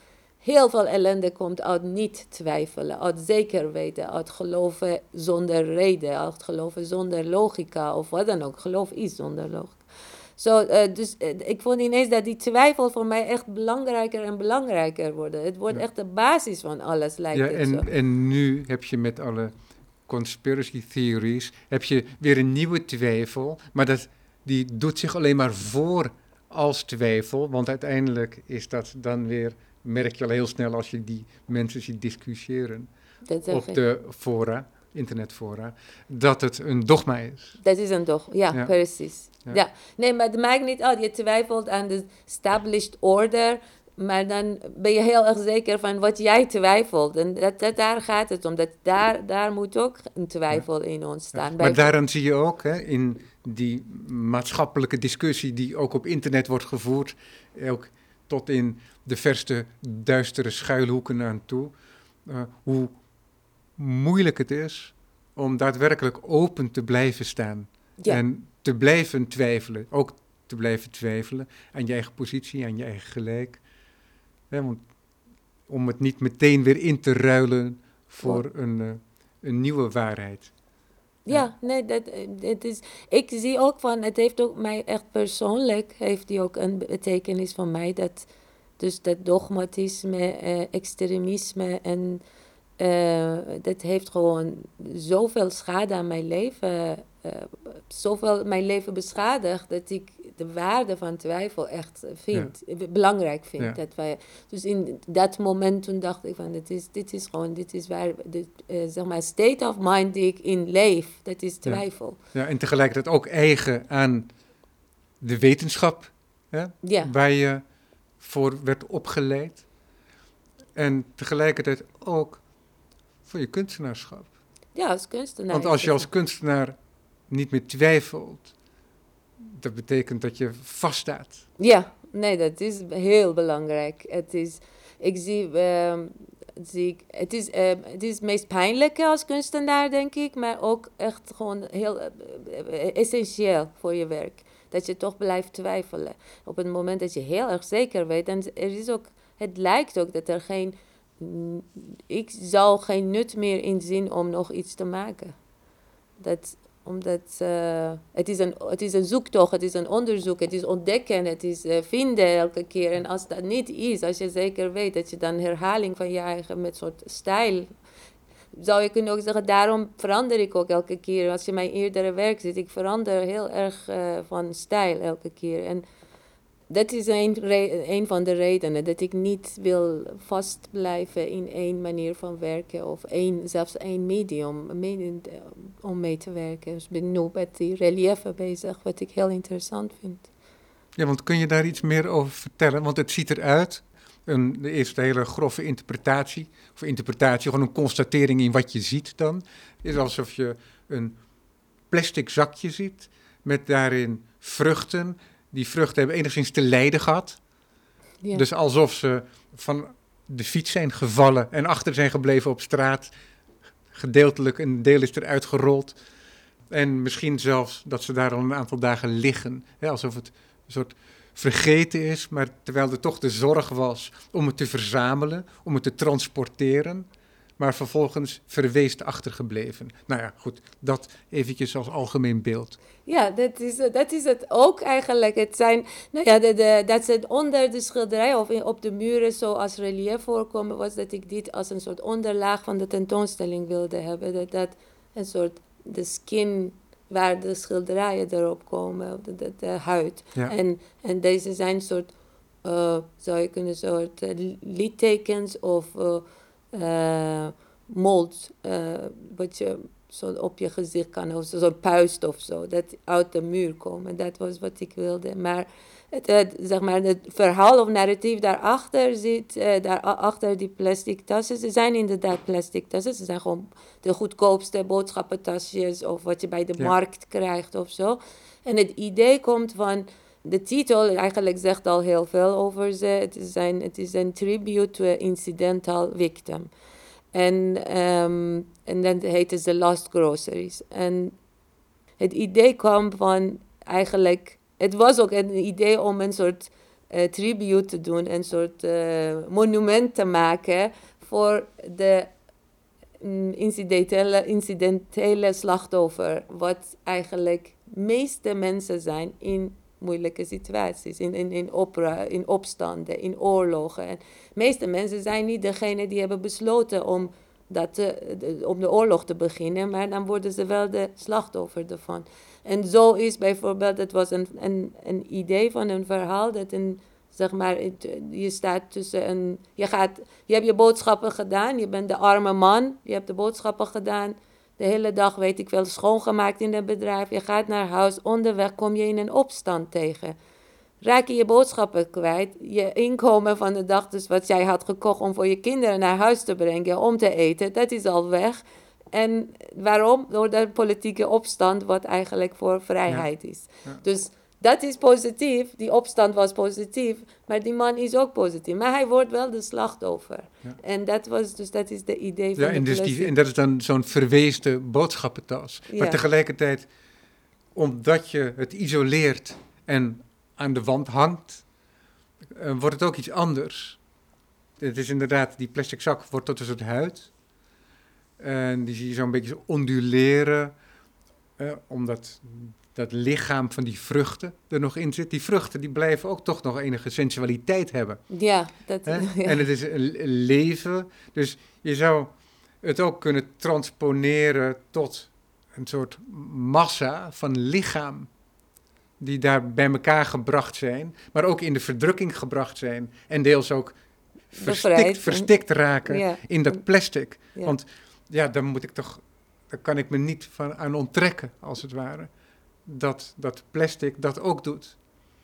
B: heel veel ellende komt uit niet twijfelen, uit zeker weten, uit geloven zonder reden, uit geloven zonder logica of wat dan ook. Geloof is zonder logica. So, uh, dus uh, ik vond ineens dat die twijfel voor mij echt belangrijker en belangrijker worden. Het wordt
A: Ja.
B: echt de basis van alles, lijkt
A: Ja,
B: het
A: en,
B: zo.
A: en nu heb je met alle conspiracy theories, heb je weer een nieuwe twijfel, maar dat, die doet zich alleen maar voor als twijfel, want uiteindelijk is dat dan weer, merk je al heel snel als je die mensen ziet discussiëren
B: Dat zeg
A: op
B: ik.
A: de fora, internetfora, dat het een dogma is.
B: Dat is een toch, ja,
A: Ja.
B: precies.
A: Ja.
B: Ja. Nee, maar het maakt niet uit. Je twijfelt aan de established order, maar dan ben je heel erg zeker van wat jij twijfelt. En dat, dat, daar gaat het om. Dat, daar, daar moet ook een twijfel in ontstaan.
A: Ja.
B: Bij-
A: Maar daaraan zie je ook, hè, in die maatschappelijke discussie die ook op internet wordt gevoerd, ook tot in de verste duistere schuilhoeken aan toe, uh, hoe moeilijk het is om daadwerkelijk open te blijven staan.
B: Ja.
A: En te blijven twijfelen, ook te blijven twijfelen aan je eigen positie, aan je eigen gelijk. Hè, want om het niet meteen weer in te ruilen voor een, uh, een nieuwe waarheid.
B: Ja, nee, dat, eh, het is, ik zie ook van, het heeft ook mij echt persoonlijk, heeft die ook een betekenis van mij, dat, dus dat dogmatisme, eh, extremisme en eh, dat heeft gewoon zoveel schade aan mijn leven, eh, zoveel mijn leven beschadigd, dat ik de waarde van twijfel echt vind, eh, belangrijk vind.
A: Ja.
B: Dat wij, dus in dat moment toen dacht ik van, dit is, dit is gewoon, dit is waar, dit, eh, zeg maar, state of mind die ik in leef, dat is twijfel.
A: Ja, en tegelijkertijd ook eigen aan de wetenschap, hè,
B: Ja,
A: waar je voor werd opgeleid. En tegelijkertijd ook voor je kunstenaarschap.
B: ja, als kunstenaar.
A: Want
B: is
A: als je
B: het
A: als kunstenaar niet meer twijfelt, dat betekent dat je vaststaat.
B: Ja, nee, dat is heel belangrijk. Het is, ik zie, ehm, zie ik, het, is, ehm, het is het meest pijnlijke als kunstenaar, denk ik, maar ook echt gewoon heel eh, eh, essentieel voor je werk. Dat je toch blijft twijfelen. Op het moment dat je heel erg zeker weet, en er is ook, het lijkt ook dat er geen, mm, ik zou geen nut meer in zien om nog iets te maken. Dat, omdat uh, het, is een, het is een zoektocht, het is een onderzoek, het is ontdekken, het is uh, vinden elke keer. En als dat niet is, als je zeker weet dat je dan herhaling van je eigen met soort stijl, zou je kunnen ook zeggen, daarom verander ik ook elke keer. Als je mijn eerdere werk ziet, ik verander heel erg uh, van stijl elke keer. En dat is een, re- een van de redenen, dat ik niet wil vastblijven in één manier van werken of één, zelfs één medium medium om mee te werken. Dus ik ben nu met die relieven bezig, wat ik heel interessant vind.
A: Ja, want kun je daar iets meer over vertellen? Want het ziet eruit, een, de eerste hele grove interpretatie, of interpretatie, gewoon een constatering in wat je ziet dan, is alsof je een plastic zakje ziet met daarin vruchten. Die vruchten hebben enigszins te lijden gehad.
B: Ja.
A: Dus alsof ze van de fiets zijn gevallen en achter zijn gebleven op straat. Gedeeltelijk, een deel is eruit gerold. En misschien zelfs dat ze daar al een aantal dagen liggen. Hè, alsof het een soort vergeten is, maar terwijl er toch de zorg was om het te verzamelen, om het te transporteren. Maar vervolgens verweest achtergebleven. Nou ja, goed, dat eventjes als algemeen beeld.
B: Ja, dat is, dat is het ook eigenlijk. Het zijn, nou ja, de, de, dat ze onder de schilderij of in, op de muren zo als relief voorkomen, was dat ik dit als een soort onderlaag van de tentoonstelling wilde hebben. Dat dat een soort, de skin waar de schilderijen erop komen, de, de, de huid.
A: Ja.
B: En, en deze zijn soort, uh, zou je kunnen soort uh, littekens of uh, uh, molds, uh, wat je zo op je gezicht kan, of zo'n puist of zo, dat uit de muur komen. Dat was wat ik wilde. Maar het, het, zeg maar, het verhaal of narratief daarachter zit, uh, daarachter die plastic tassen. Ze zijn inderdaad plastic tassen. Ze zijn gewoon de goedkoopste boodschappentasjes of wat je bij de
A: Ja.
B: markt krijgt of zo. En het idee komt van, de titel eigenlijk zegt al heel veel over ze. Het is een, het is een tribute to an incidental victim. En, um, en dan heet het The Lost Groceries. En het idee kwam van eigenlijk, het was ook een idee om een soort uh, tribute te doen, een soort uh, monument te maken voor de um, incidentele, incidentele slachtoffer, wat eigenlijk meeste mensen zijn in moeilijke situaties, in, in, in, opra, in opstanden, in oorlogen. En de meeste mensen zijn niet degene die hebben besloten om, dat te, de, om de oorlog te beginnen, maar dan worden ze wel de slachtoffer ervan. En zo is bijvoorbeeld, het was een, een, een idee van een verhaal, dat een, zeg maar, je staat tussen een, je gaat, je hebt je boodschappen gedaan, je bent de arme man, je hebt de boodschappen gedaan, de hele dag, weet ik wel, schoongemaakt in het bedrijf. Je gaat naar huis, onderweg kom je in een opstand tegen. Raak je je boodschappen kwijt, je inkomen van de dag, dus wat jij had gekocht om voor je kinderen naar huis te brengen, om te eten, dat is al weg. En waarom? Door de politieke opstand, wat eigenlijk voor vrijheid ja. is. Ja. Dus dat is positief, die opstand was positief, maar die man is ook positief. Maar hij wordt wel de slachtoffer. Ja. En dat was dus, dat is de idee van
A: ja,
B: de
A: en, dus die, en dat is dan zo'n verweesde boodschappentas. Ja. Maar tegelijkertijd, omdat je het isoleert en aan de wand hangt, uh, wordt het ook iets anders. Het is inderdaad, die plastic zak wordt tot een soort huid. En die zie je zo'n beetje onduleren, uh, omdat dat lichaam van die vruchten er nog in zit. Die vruchten die blijven ook toch nog enige sensualiteit hebben.
B: Ja. Dat, ja.
A: En het is een leven, dus je zou het ook kunnen transponeren tot een soort massa van lichaam die daar bij elkaar gebracht zijn, maar ook in de verdrukking gebracht zijn en deels ook verstikt, verstikt raken ja. in dat plastic. Ja. Want ja, dan moet ik toch, daar kan ik me niet van aan onttrekken, als het ware, dat, dat plastic dat ook doet.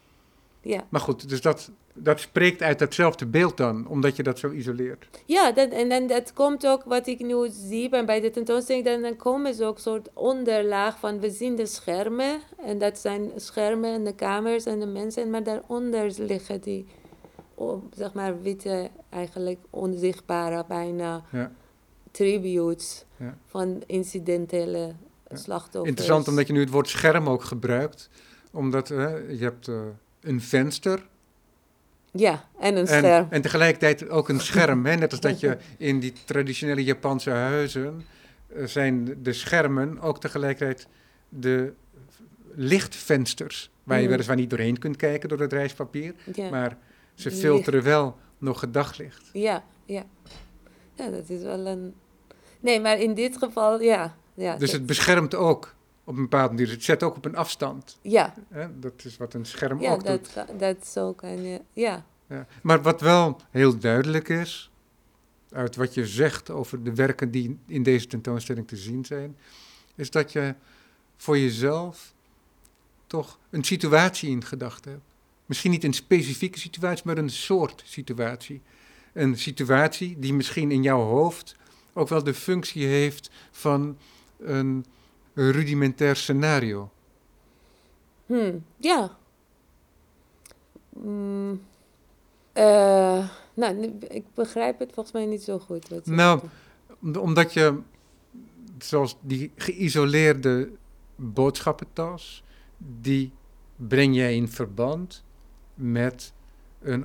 B: Ja.
A: Maar goed, dus dat, dat spreekt uit datzelfde beeld dan, omdat je dat zo isoleert.
B: Ja, dat, en, en dat komt ook, wat ik nu zie bij de tentoonstelling, dan, dan komen ze ook een soort onderlaag van, we zien de schermen, en dat zijn schermen en de kamers en de mensen, maar daaronder liggen die, oh, zeg maar, witte, eigenlijk onzichtbare, bijna ja. tributes ja. van incidentele ja. slachtoffers.
A: Interessant, omdat je nu het woord scherm ook gebruikt, omdat uh, je hebt uh, een venster.
B: Ja, en een scherm.
A: En, en tegelijkertijd ook een scherm. Hè? Net als dat je in die traditionele Japanse huizen uh, zijn de schermen ook tegelijkertijd de lichtvensters. Waar mm. je weliswaar niet doorheen kunt kijken door het reispapier. Ja. Maar ze filteren wel nog het daglicht.
B: Ja, ja. Ja, dat is wel een... Nee, maar in dit geval, ja. ja
A: dus
B: dat...
A: het beschermt ook op een bepaalde manier. Het zet ook op een afstand.
B: Ja.
A: Hè? Dat is wat een scherm
B: ja,
A: ook
B: dat,
A: doet.
B: Ja, dat zo kan je, ja.
A: ja. Maar wat wel heel duidelijk is, uit wat je zegt over de werken die in deze tentoonstelling te zien zijn, is dat je voor jezelf toch een situatie in gedachten hebt. Misschien niet een specifieke situatie, maar een soort situatie. Een situatie die misschien in jouw hoofd ook wel de functie heeft van een rudimentair scenario.
B: Hmm, ja. Mm, uh, nou, ik begrijp het volgens mij niet zo goed. Wat
A: nou, omdat je, zoals die geïsoleerde boodschappentas, die breng jij in verband met een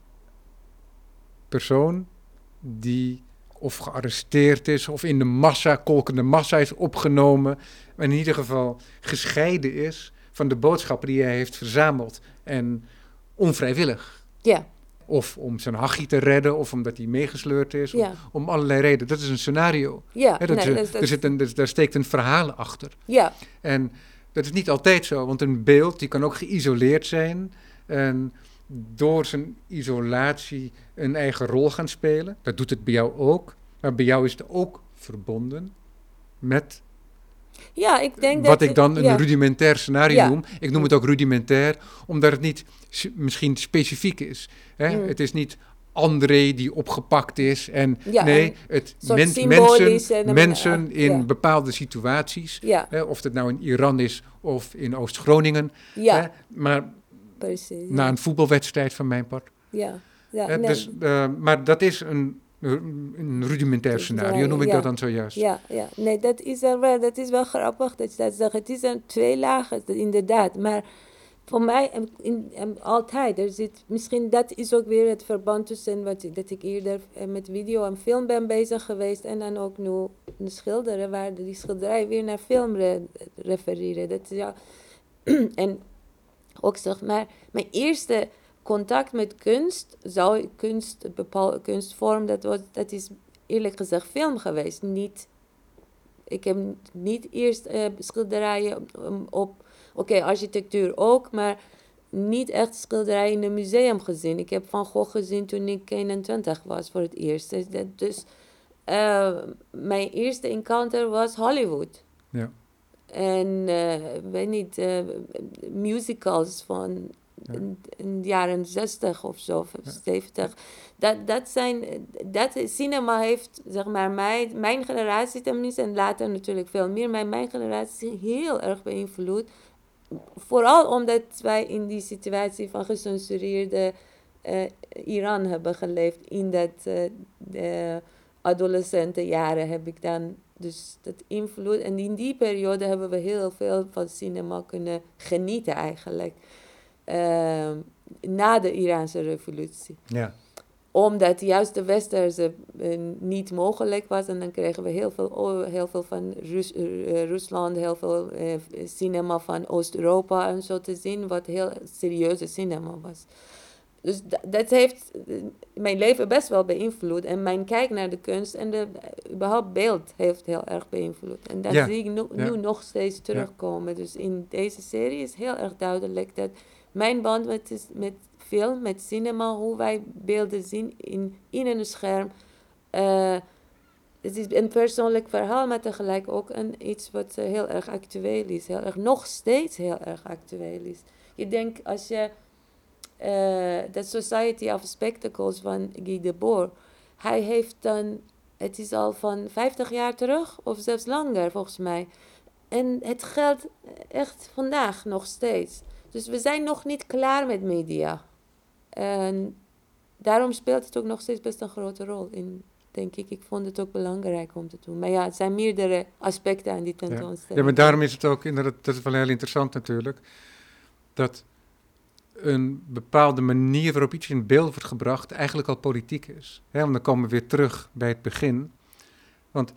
A: persoon die of gearresteerd is, of in de massa, kolkende massa is opgenomen, maar in ieder geval gescheiden is van de boodschappen die hij heeft verzameld en onvrijwillig.
B: Ja.
A: Of om zijn hachie te redden, of omdat hij meegesleurd is,
B: ja.
A: om, om allerlei redenen. Dat is een scenario.
B: Ja.
A: He, dat
B: nee,
A: is,
B: dat, dat,
A: er zit een, dat, daar steekt een verhaal achter.
B: Ja.
A: En dat is niet altijd zo, want een beeld die kan ook geïsoleerd zijn en door zijn isolatie een eigen rol gaan spelen. Dat doet het bij jou ook, maar bij jou is het ook verbonden met
B: ja, ik denk
A: wat
B: dat
A: ik dan een
B: ja.
A: rudimentair scenario
B: ja.
A: noem. Ik noem het ook rudimentair, omdat het niet s- misschien specifiek is. Hè? Mm. Het is niet André die opgepakt is. En
B: ja,
A: nee, het men, mensen,
B: en
A: mensen
B: uh,
A: in
B: ja.
A: bepaalde situaties.
B: Ja.
A: Hè? Of het nou in Iran is of in Oost-Groningen.
B: Ja.
A: Hè? Maar
B: precies,
A: na
B: ja.
A: een voetbalwedstrijd van mijn part.
B: Ja. Ja,
A: Hè?
B: nee.
A: Dus, uh, maar dat is een... Een rudimentair dus scenario, noem ik
B: ja,
A: dat dan zojuist.
B: Ja, ja, nee, dat is, er wel, dat is wel grappig dat je dat zegt. Het is een twee lagen, inderdaad. Maar voor mij en, in, en altijd, er zit, misschien dat is ook weer het verband tussen wat dat ik eerder eh, met video en film ben bezig geweest en dan ook nu de schilderen, waar die schilderij weer naar film re- refereren. Dat, ja. En ook zeg maar, mijn eerste contact met kunst, zou kunst, een bepaalde kunstvorm, dat, was, dat is eerlijk gezegd film geweest. Niet, ik heb niet eerst uh, schilderijen um, op, oké, okay, architectuur ook, maar niet echt schilderijen in een museum gezien. Ik heb Van Gogh gezien toen ik eenentwintig was voor het eerst. Dus, dat, dus uh, mijn eerste encounter was Hollywood.
A: Ja.
B: En uh, weet niet, uh, musicals van
A: Ja.
B: in, in de jaren zestig of zo, of
A: Ja.
B: zeventig. Dat, dat zijn, dat cinema heeft, zeg maar, mij, mijn generatie tenminste, en later natuurlijk veel meer, maar mijn generatie heel erg beïnvloed. Vooral omdat wij in die situatie van gecensureerde uh, Iran hebben geleefd. In dat uh, de adolescentenjaren heb ik dan dus dat invloed. En in die periode hebben we heel veel van cinema kunnen genieten eigenlijk. Uh, na de Iraanse revolutie.
A: Ja.
B: Omdat juist de westerse uh, niet mogelijk was. En dan kregen we heel veel, oh, heel veel van Rus, uh, Rusland, heel veel uh, cinema van Oost-Europa en zo te zien. Wat heel serieuze cinema was. Dus d- dat heeft uh, mijn leven best wel beïnvloed. En mijn kijk naar de kunst en de, uh, überhaupt beeld heeft heel erg beïnvloed. En dat
A: Ja.
B: zie ik nu,
A: Ja.
B: nu nog steeds terugkomen. Ja. Dus in deze serie is heel erg duidelijk dat mijn band met, met film, met cinema, hoe wij beelden zien in, in een scherm. Uh, het is een persoonlijk verhaal, maar tegelijk ook een, iets wat uh, heel erg actueel is. Heel erg, nog steeds heel erg actueel is. Je denkt, als je uh, de Society of Spectacles van Guy Debord, hij heeft dan, het is al van vijftig jaar terug, of zelfs langer volgens mij. En het geldt echt vandaag nog steeds. Dus we zijn nog niet klaar met media. En daarom speelt het ook nog steeds best een grote rol in, denk ik. Ik vond het ook belangrijk om te doen. Maar ja, het zijn meerdere aspecten aan die tentoonstelling.
A: Ja, ja, maar daarom is het ook, inderdaad, dat is wel heel interessant natuurlijk, dat een bepaalde manier waarop iets in beeld wordt gebracht eigenlijk al politiek is. Hè, want dan komen we weer terug bij het begin. Want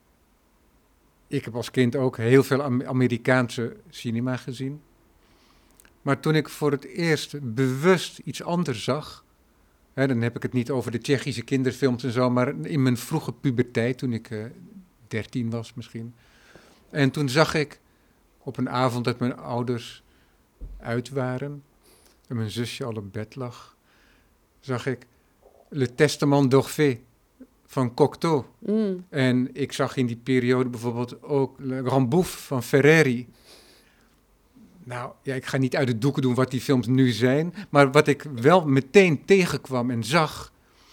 A: ik heb als kind ook heel veel Amerikaanse cinema gezien. Maar toen ik voor het eerst bewust iets anders zag, hè, dan heb ik het niet over de Tsjechische kinderfilms en zo, maar in mijn vroege puberteit, toen ik uh, dertien was misschien. En toen zag ik op een avond dat mijn ouders uit waren en mijn zusje al op bed lag, zag ik Le Testament d'Orphée van Cocteau.
B: Mm.
A: En ik zag in die periode bijvoorbeeld ook Le Grand Bouffe van Ferreri. Nou, ja, ik ga niet uit de doeken doen wat die films nu zijn, maar wat ik wel meteen tegenkwam en zag,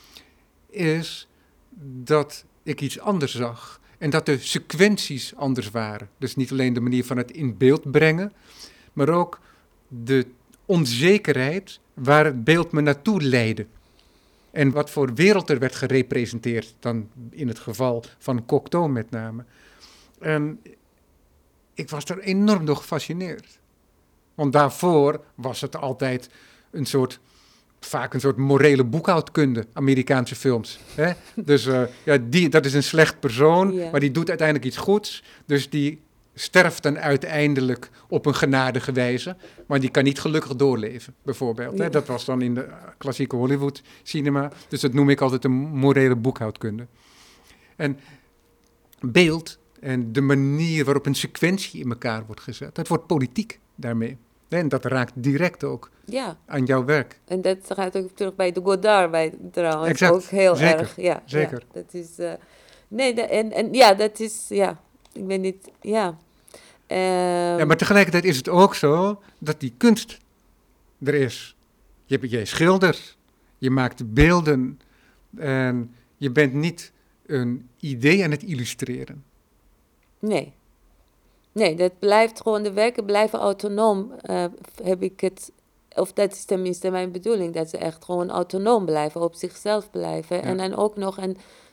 A: is dat ik iets anders zag. En dat de sequenties anders waren. Dus niet alleen de manier van het in beeld brengen, maar ook de onzekerheid waar het beeld me naartoe leidde. En wat voor wereld er werd gerepresenteerd, dan in het geval van Cocteau met name. En ik was er enorm door gefascineerd. Want daarvoor was het altijd een soort, vaak een soort morele boekhoudkunde, Amerikaanse films. Hè? Dus uh, ja, die, dat is een slecht persoon,
B: Ja.
A: maar die doet uiteindelijk iets goeds. Dus die sterft dan uiteindelijk op een genadige wijze, maar die kan niet gelukkig doorleven, bijvoorbeeld.
B: Ja.
A: Hè? Dat was dan in de klassieke Hollywood cinema. Dus dat noem ik altijd een morele boekhoudkunde. En beeld en de manier waarop een sequentie in elkaar wordt gezet, dat wordt politiek daarmee. En dat raakt direct ook
B: Ja,
A: aan jouw werk.
B: en dat gaat ook terug bij de Godard bij, trouwens.
A: Exact,
B: Ook heel
A: zeker,
B: erg. Ja,
A: zeker.
B: Ja, dat is, uh, nee, dat, en, en ja, dat is, ja, ik ben niet, ja. Um,
A: Ja, maar tegelijkertijd is het ook zo dat die kunst er is. Je, jij schildert, je maakt beelden en je bent niet een idee aan het illustreren.
B: Nee. Nee, dat blijft gewoon, de werken blijven autonoom, uh, heb ik het, of dat is tenminste mijn bedoeling, dat ze echt gewoon autonoom blijven, op zichzelf blijven.
A: Ja.
B: En dan ook nog een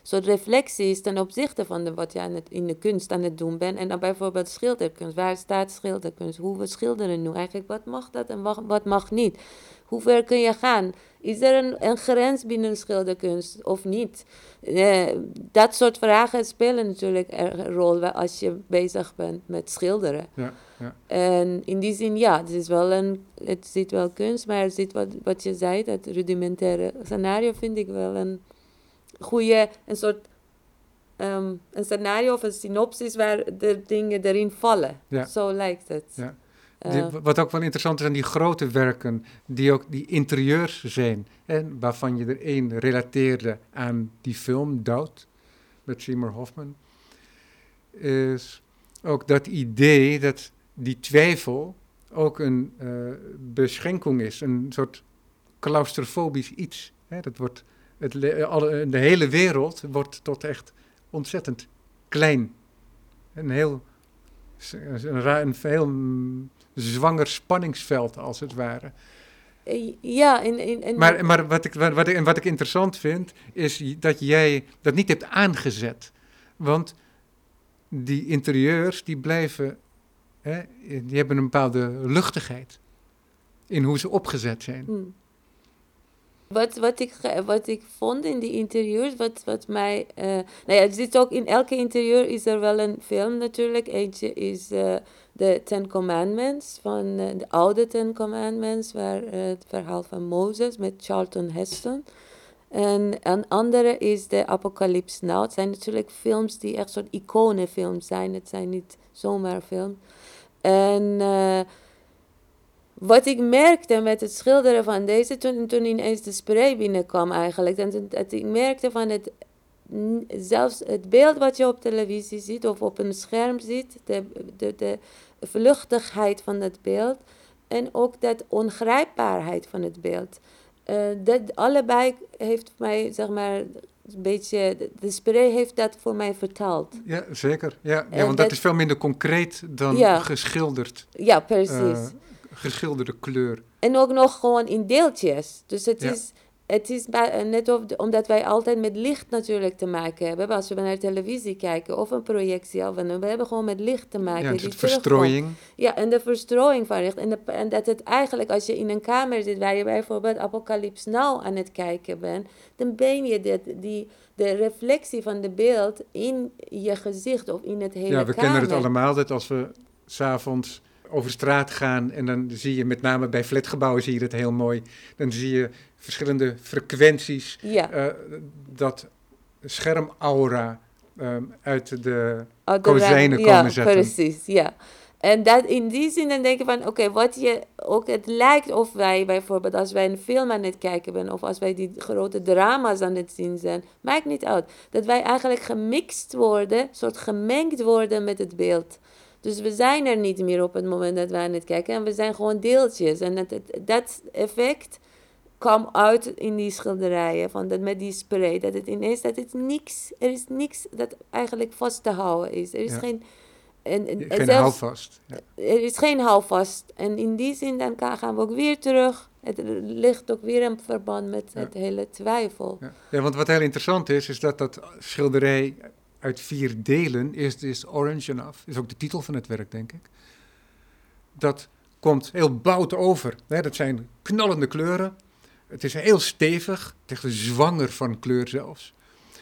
B: soort reflectie is ten opzichte van de, wat je aan het, in de kunst aan het doen bent. En dan bijvoorbeeld schilderkunst. Waar staat schilderkunst? Hoe we schilderen nu eigenlijk? Wat mag dat en wat, wat mag niet? Hoe ver kun je gaan? Is er een, een grens binnen schilderkunst of niet? Eh, dat soort vragen spelen natuurlijk een rol als je bezig bent met schilderen.
A: Ja, ja.
B: En in die zin, ja, het is wel een, het zit wel kunst, maar er zit wat, wat je zei, dat rudimentaire scenario vind ik wel een goede, een soort, um, een scenario of een synopsis waar de dingen erin vallen.
A: Ja.
B: Zo lijkt het.
A: Ja.
B: Uh,
A: Die, wat ook wel interessant is aan die grote werken, die ook die interieurs zijn, en waarvan je er één relateerde aan die film, Doubt, met Seymour Hoffman, is ook dat idee dat die twijfel ook een uh, beschenking is, een soort claustrofobisch iets. Hè? Dat wordt, het, alle, de hele wereld wordt tot echt ontzettend klein. Een heel, een, een heel zwanger spanningsveld, als het ware.
B: Ja, in, in, in
A: maar, maar wat, ik, wat, ik, wat ik interessant vind, is dat jij dat niet hebt aangezet. Want die interieurs, die blijven, hè, die hebben een bepaalde luchtigheid in hoe ze opgezet zijn.
B: Hmm. Wat, wat, ik, wat ik vond in die interieurs, wat, wat mij... Uh, nou ja, het zit ook in elke interieur is er wel een film natuurlijk. Eentje is uh, de Ten Commandments, van uh, de oude Ten Commandments, waar uh, het verhaal van Mozes met Charlton Heston. En een andere is de Apocalypse Now. Het zijn natuurlijk films die echt soort iconenfilms zijn. Het zijn niet zomaar films. En... Uh, Wat ik merkte met het schilderen van deze, toen, toen ineens de spray binnenkwam eigenlijk, en dat ik merkte van het, zelfs het beeld wat je op televisie ziet of op een scherm ziet, de, de, de vluchtigheid van het beeld en ook dat ongrijpbaarheid van het beeld. Uh, dat allebei heeft mij, zeg maar, een beetje, de spray heeft dat voor mij vertaald.
A: Ja, zeker. Ja, ja want dat,
B: dat
A: is veel minder concreet dan
B: ja,
A: geschilderd.
B: Ja, precies. Uh,
A: geschilderde kleur.
B: En ook nog gewoon in deeltjes. Dus het
A: ja.
B: is, het is bij, net of de, omdat wij altijd met licht natuurlijk te maken hebben. Als we naar televisie kijken of een projectie of een, we hebben gewoon met licht te maken.
A: Ja,
B: die
A: het verstrooiing.
B: Ja, en de verstrooiing van licht. En, de, en dat het eigenlijk, als je in een kamer zit waar je bijvoorbeeld Apocalypse Now aan het kijken bent, dan ben je dit, die, de reflectie van de beeld in je gezicht of in het hele kamer.
A: Ja, we
B: kamer.
A: kennen het allemaal, dat als we 's avonds over straat gaan en dan zie je, met name bij flatgebouwen zie je het heel mooi, dan zie je verschillende frequenties,
B: ja.
A: uh, dat schermaura um, uit de oh, kozijnen
B: de
A: komen
B: ja,
A: zetten.
B: Precies, ja. En dat in die zin dan denk je van, oké, okay, wat je ook, het lijkt of wij bijvoorbeeld, als wij een film aan het kijken zijn, of als wij die grote drama's aan het zien zijn, maakt niet uit. Dat wij eigenlijk gemixt worden, soort gemengd worden met het beeld. Dus we zijn er niet meer op het moment dat we aan het kijken. En we zijn gewoon deeltjes. En dat, dat effect kwam uit in die schilderijen. Van dat met die spray. Dat het ineens, dat het niks, er is niks dat eigenlijk vast te houden is. Er is
A: ja.
B: geen... En, en,
A: geen
B: zelfs,
A: houvast. Ja.
B: Er is geen houvast. En in die zin dan gaan we ook weer terug. Het ligt ook weer in verband met ja. het hele twijfel.
A: Ja. ja, want wat heel interessant is, is dat dat schilderij uit vier delen, eerst is Orange Enough, is ook de titel van het werk, denk ik. Dat komt heel bout over. Hè? Dat zijn knallende kleuren. Het is heel stevig, tegen zwanger van kleur zelfs.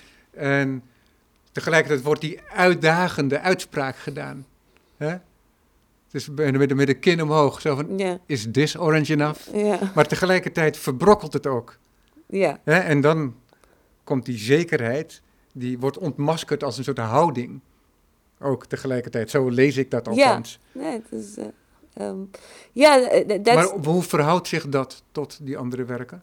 A: En tegelijkertijd wordt die uitdagende uitspraak gedaan. Hè? Dus met, met de kin omhoog, zo van, yeah. Is this orange enough?
B: Yeah.
A: Maar tegelijkertijd verbrokkelt het ook.
B: Yeah.
A: Hè? En dan komt die zekerheid, die wordt ontmaskerd als een soort houding. Ook tegelijkertijd. Zo lees ik dat althans.
B: Ja, nee, het is... Uh, um, ja, dat
A: maar hoe verhoudt zich dat tot die andere werken?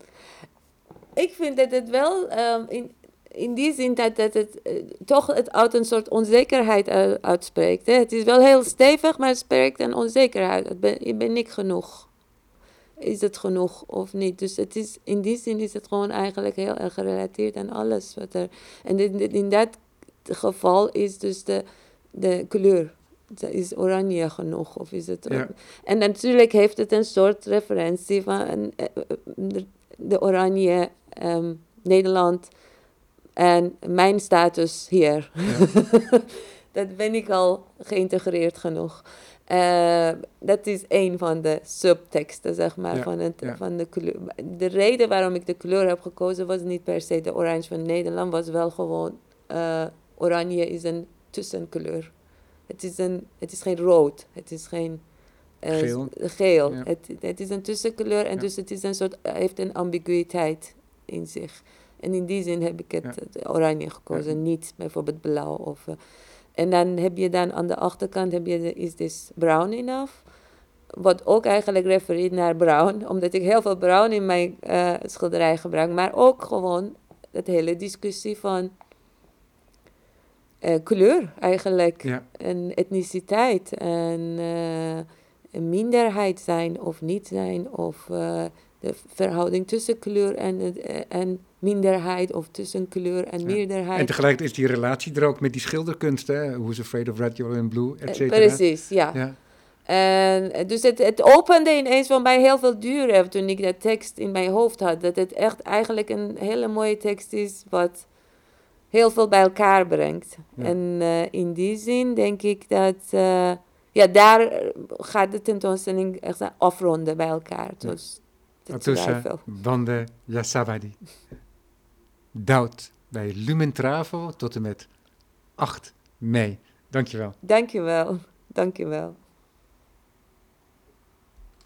B: Ik vind dat het wel... Um, in, in die zin dat, dat het uh, toch het uit een soort onzekerheid uh, uitspreekt. Hè? Het is wel heel stevig, maar het spreekt een onzekerheid uit. Ben, ik ben ik genoeg? Is het genoeg of niet? Dus het is, in die zin is het gewoon eigenlijk heel erg gerelateerd aan alles wat er... En in, in dat geval is dus de, de kleur. Is oranje genoeg of is het...
A: Ja.
B: En natuurlijk heeft het een soort referentie van de, de oranje um, Nederland... En mijn status hier.
A: Ja.
B: Dat ben ik al geïntegreerd genoeg. Uh, dat is een van de subteksten, zeg maar,
A: ja,
B: van, het,
A: ja.
B: van de kleur. De reden waarom ik de kleur heb gekozen was niet per se de oranje van Nederland, was wel gewoon, uh, oranje is een tussenkleur. Het is, een, het is geen rood, het is geen uh,
A: geel.
B: geel.
A: Ja.
B: Het, het is een tussenkleur en ja. dus het is een soort, heeft een ambiguïteit in zich. En in die zin heb ik het, ja. het oranje gekozen, ja. niet bijvoorbeeld blauw of... Uh, En dan heb je dan aan de achterkant, heb je de, is this brown enough? Wat ook eigenlijk refereert naar bruin, omdat ik heel veel bruin in mijn uh, schilderij gebruik. Maar ook gewoon het hele discussie van uh, kleur eigenlijk.
A: Ja.
B: En etniciteit en uh, een minderheid zijn of niet zijn. Of uh, de verhouding tussen kleur en, uh, en minderheid of tussen kleur en ja. meerderheid.
A: En tegelijkertijd is die relatie er ook met die schilderkunst, hè? Who's Afraid of Red, Yellow and Blue, et cetera.
B: Precies, ja. ja. En dus het, het opende ineens van mij heel veel deuren toen ik dat tekst in mijn hoofd had. Dat het echt eigenlijk een hele mooie tekst is wat heel veel bij elkaar brengt. Ja. En uh, in die zin denk ik dat... Uh, ja, daar gaat de tentoonstelling echt afronden bij elkaar. Dus
A: ja. Atoussa Banda Jazzabadi. Doud bij Lumen Travo tot en met acht mei. Dankjewel.
B: Dankjewel. Dankjewel.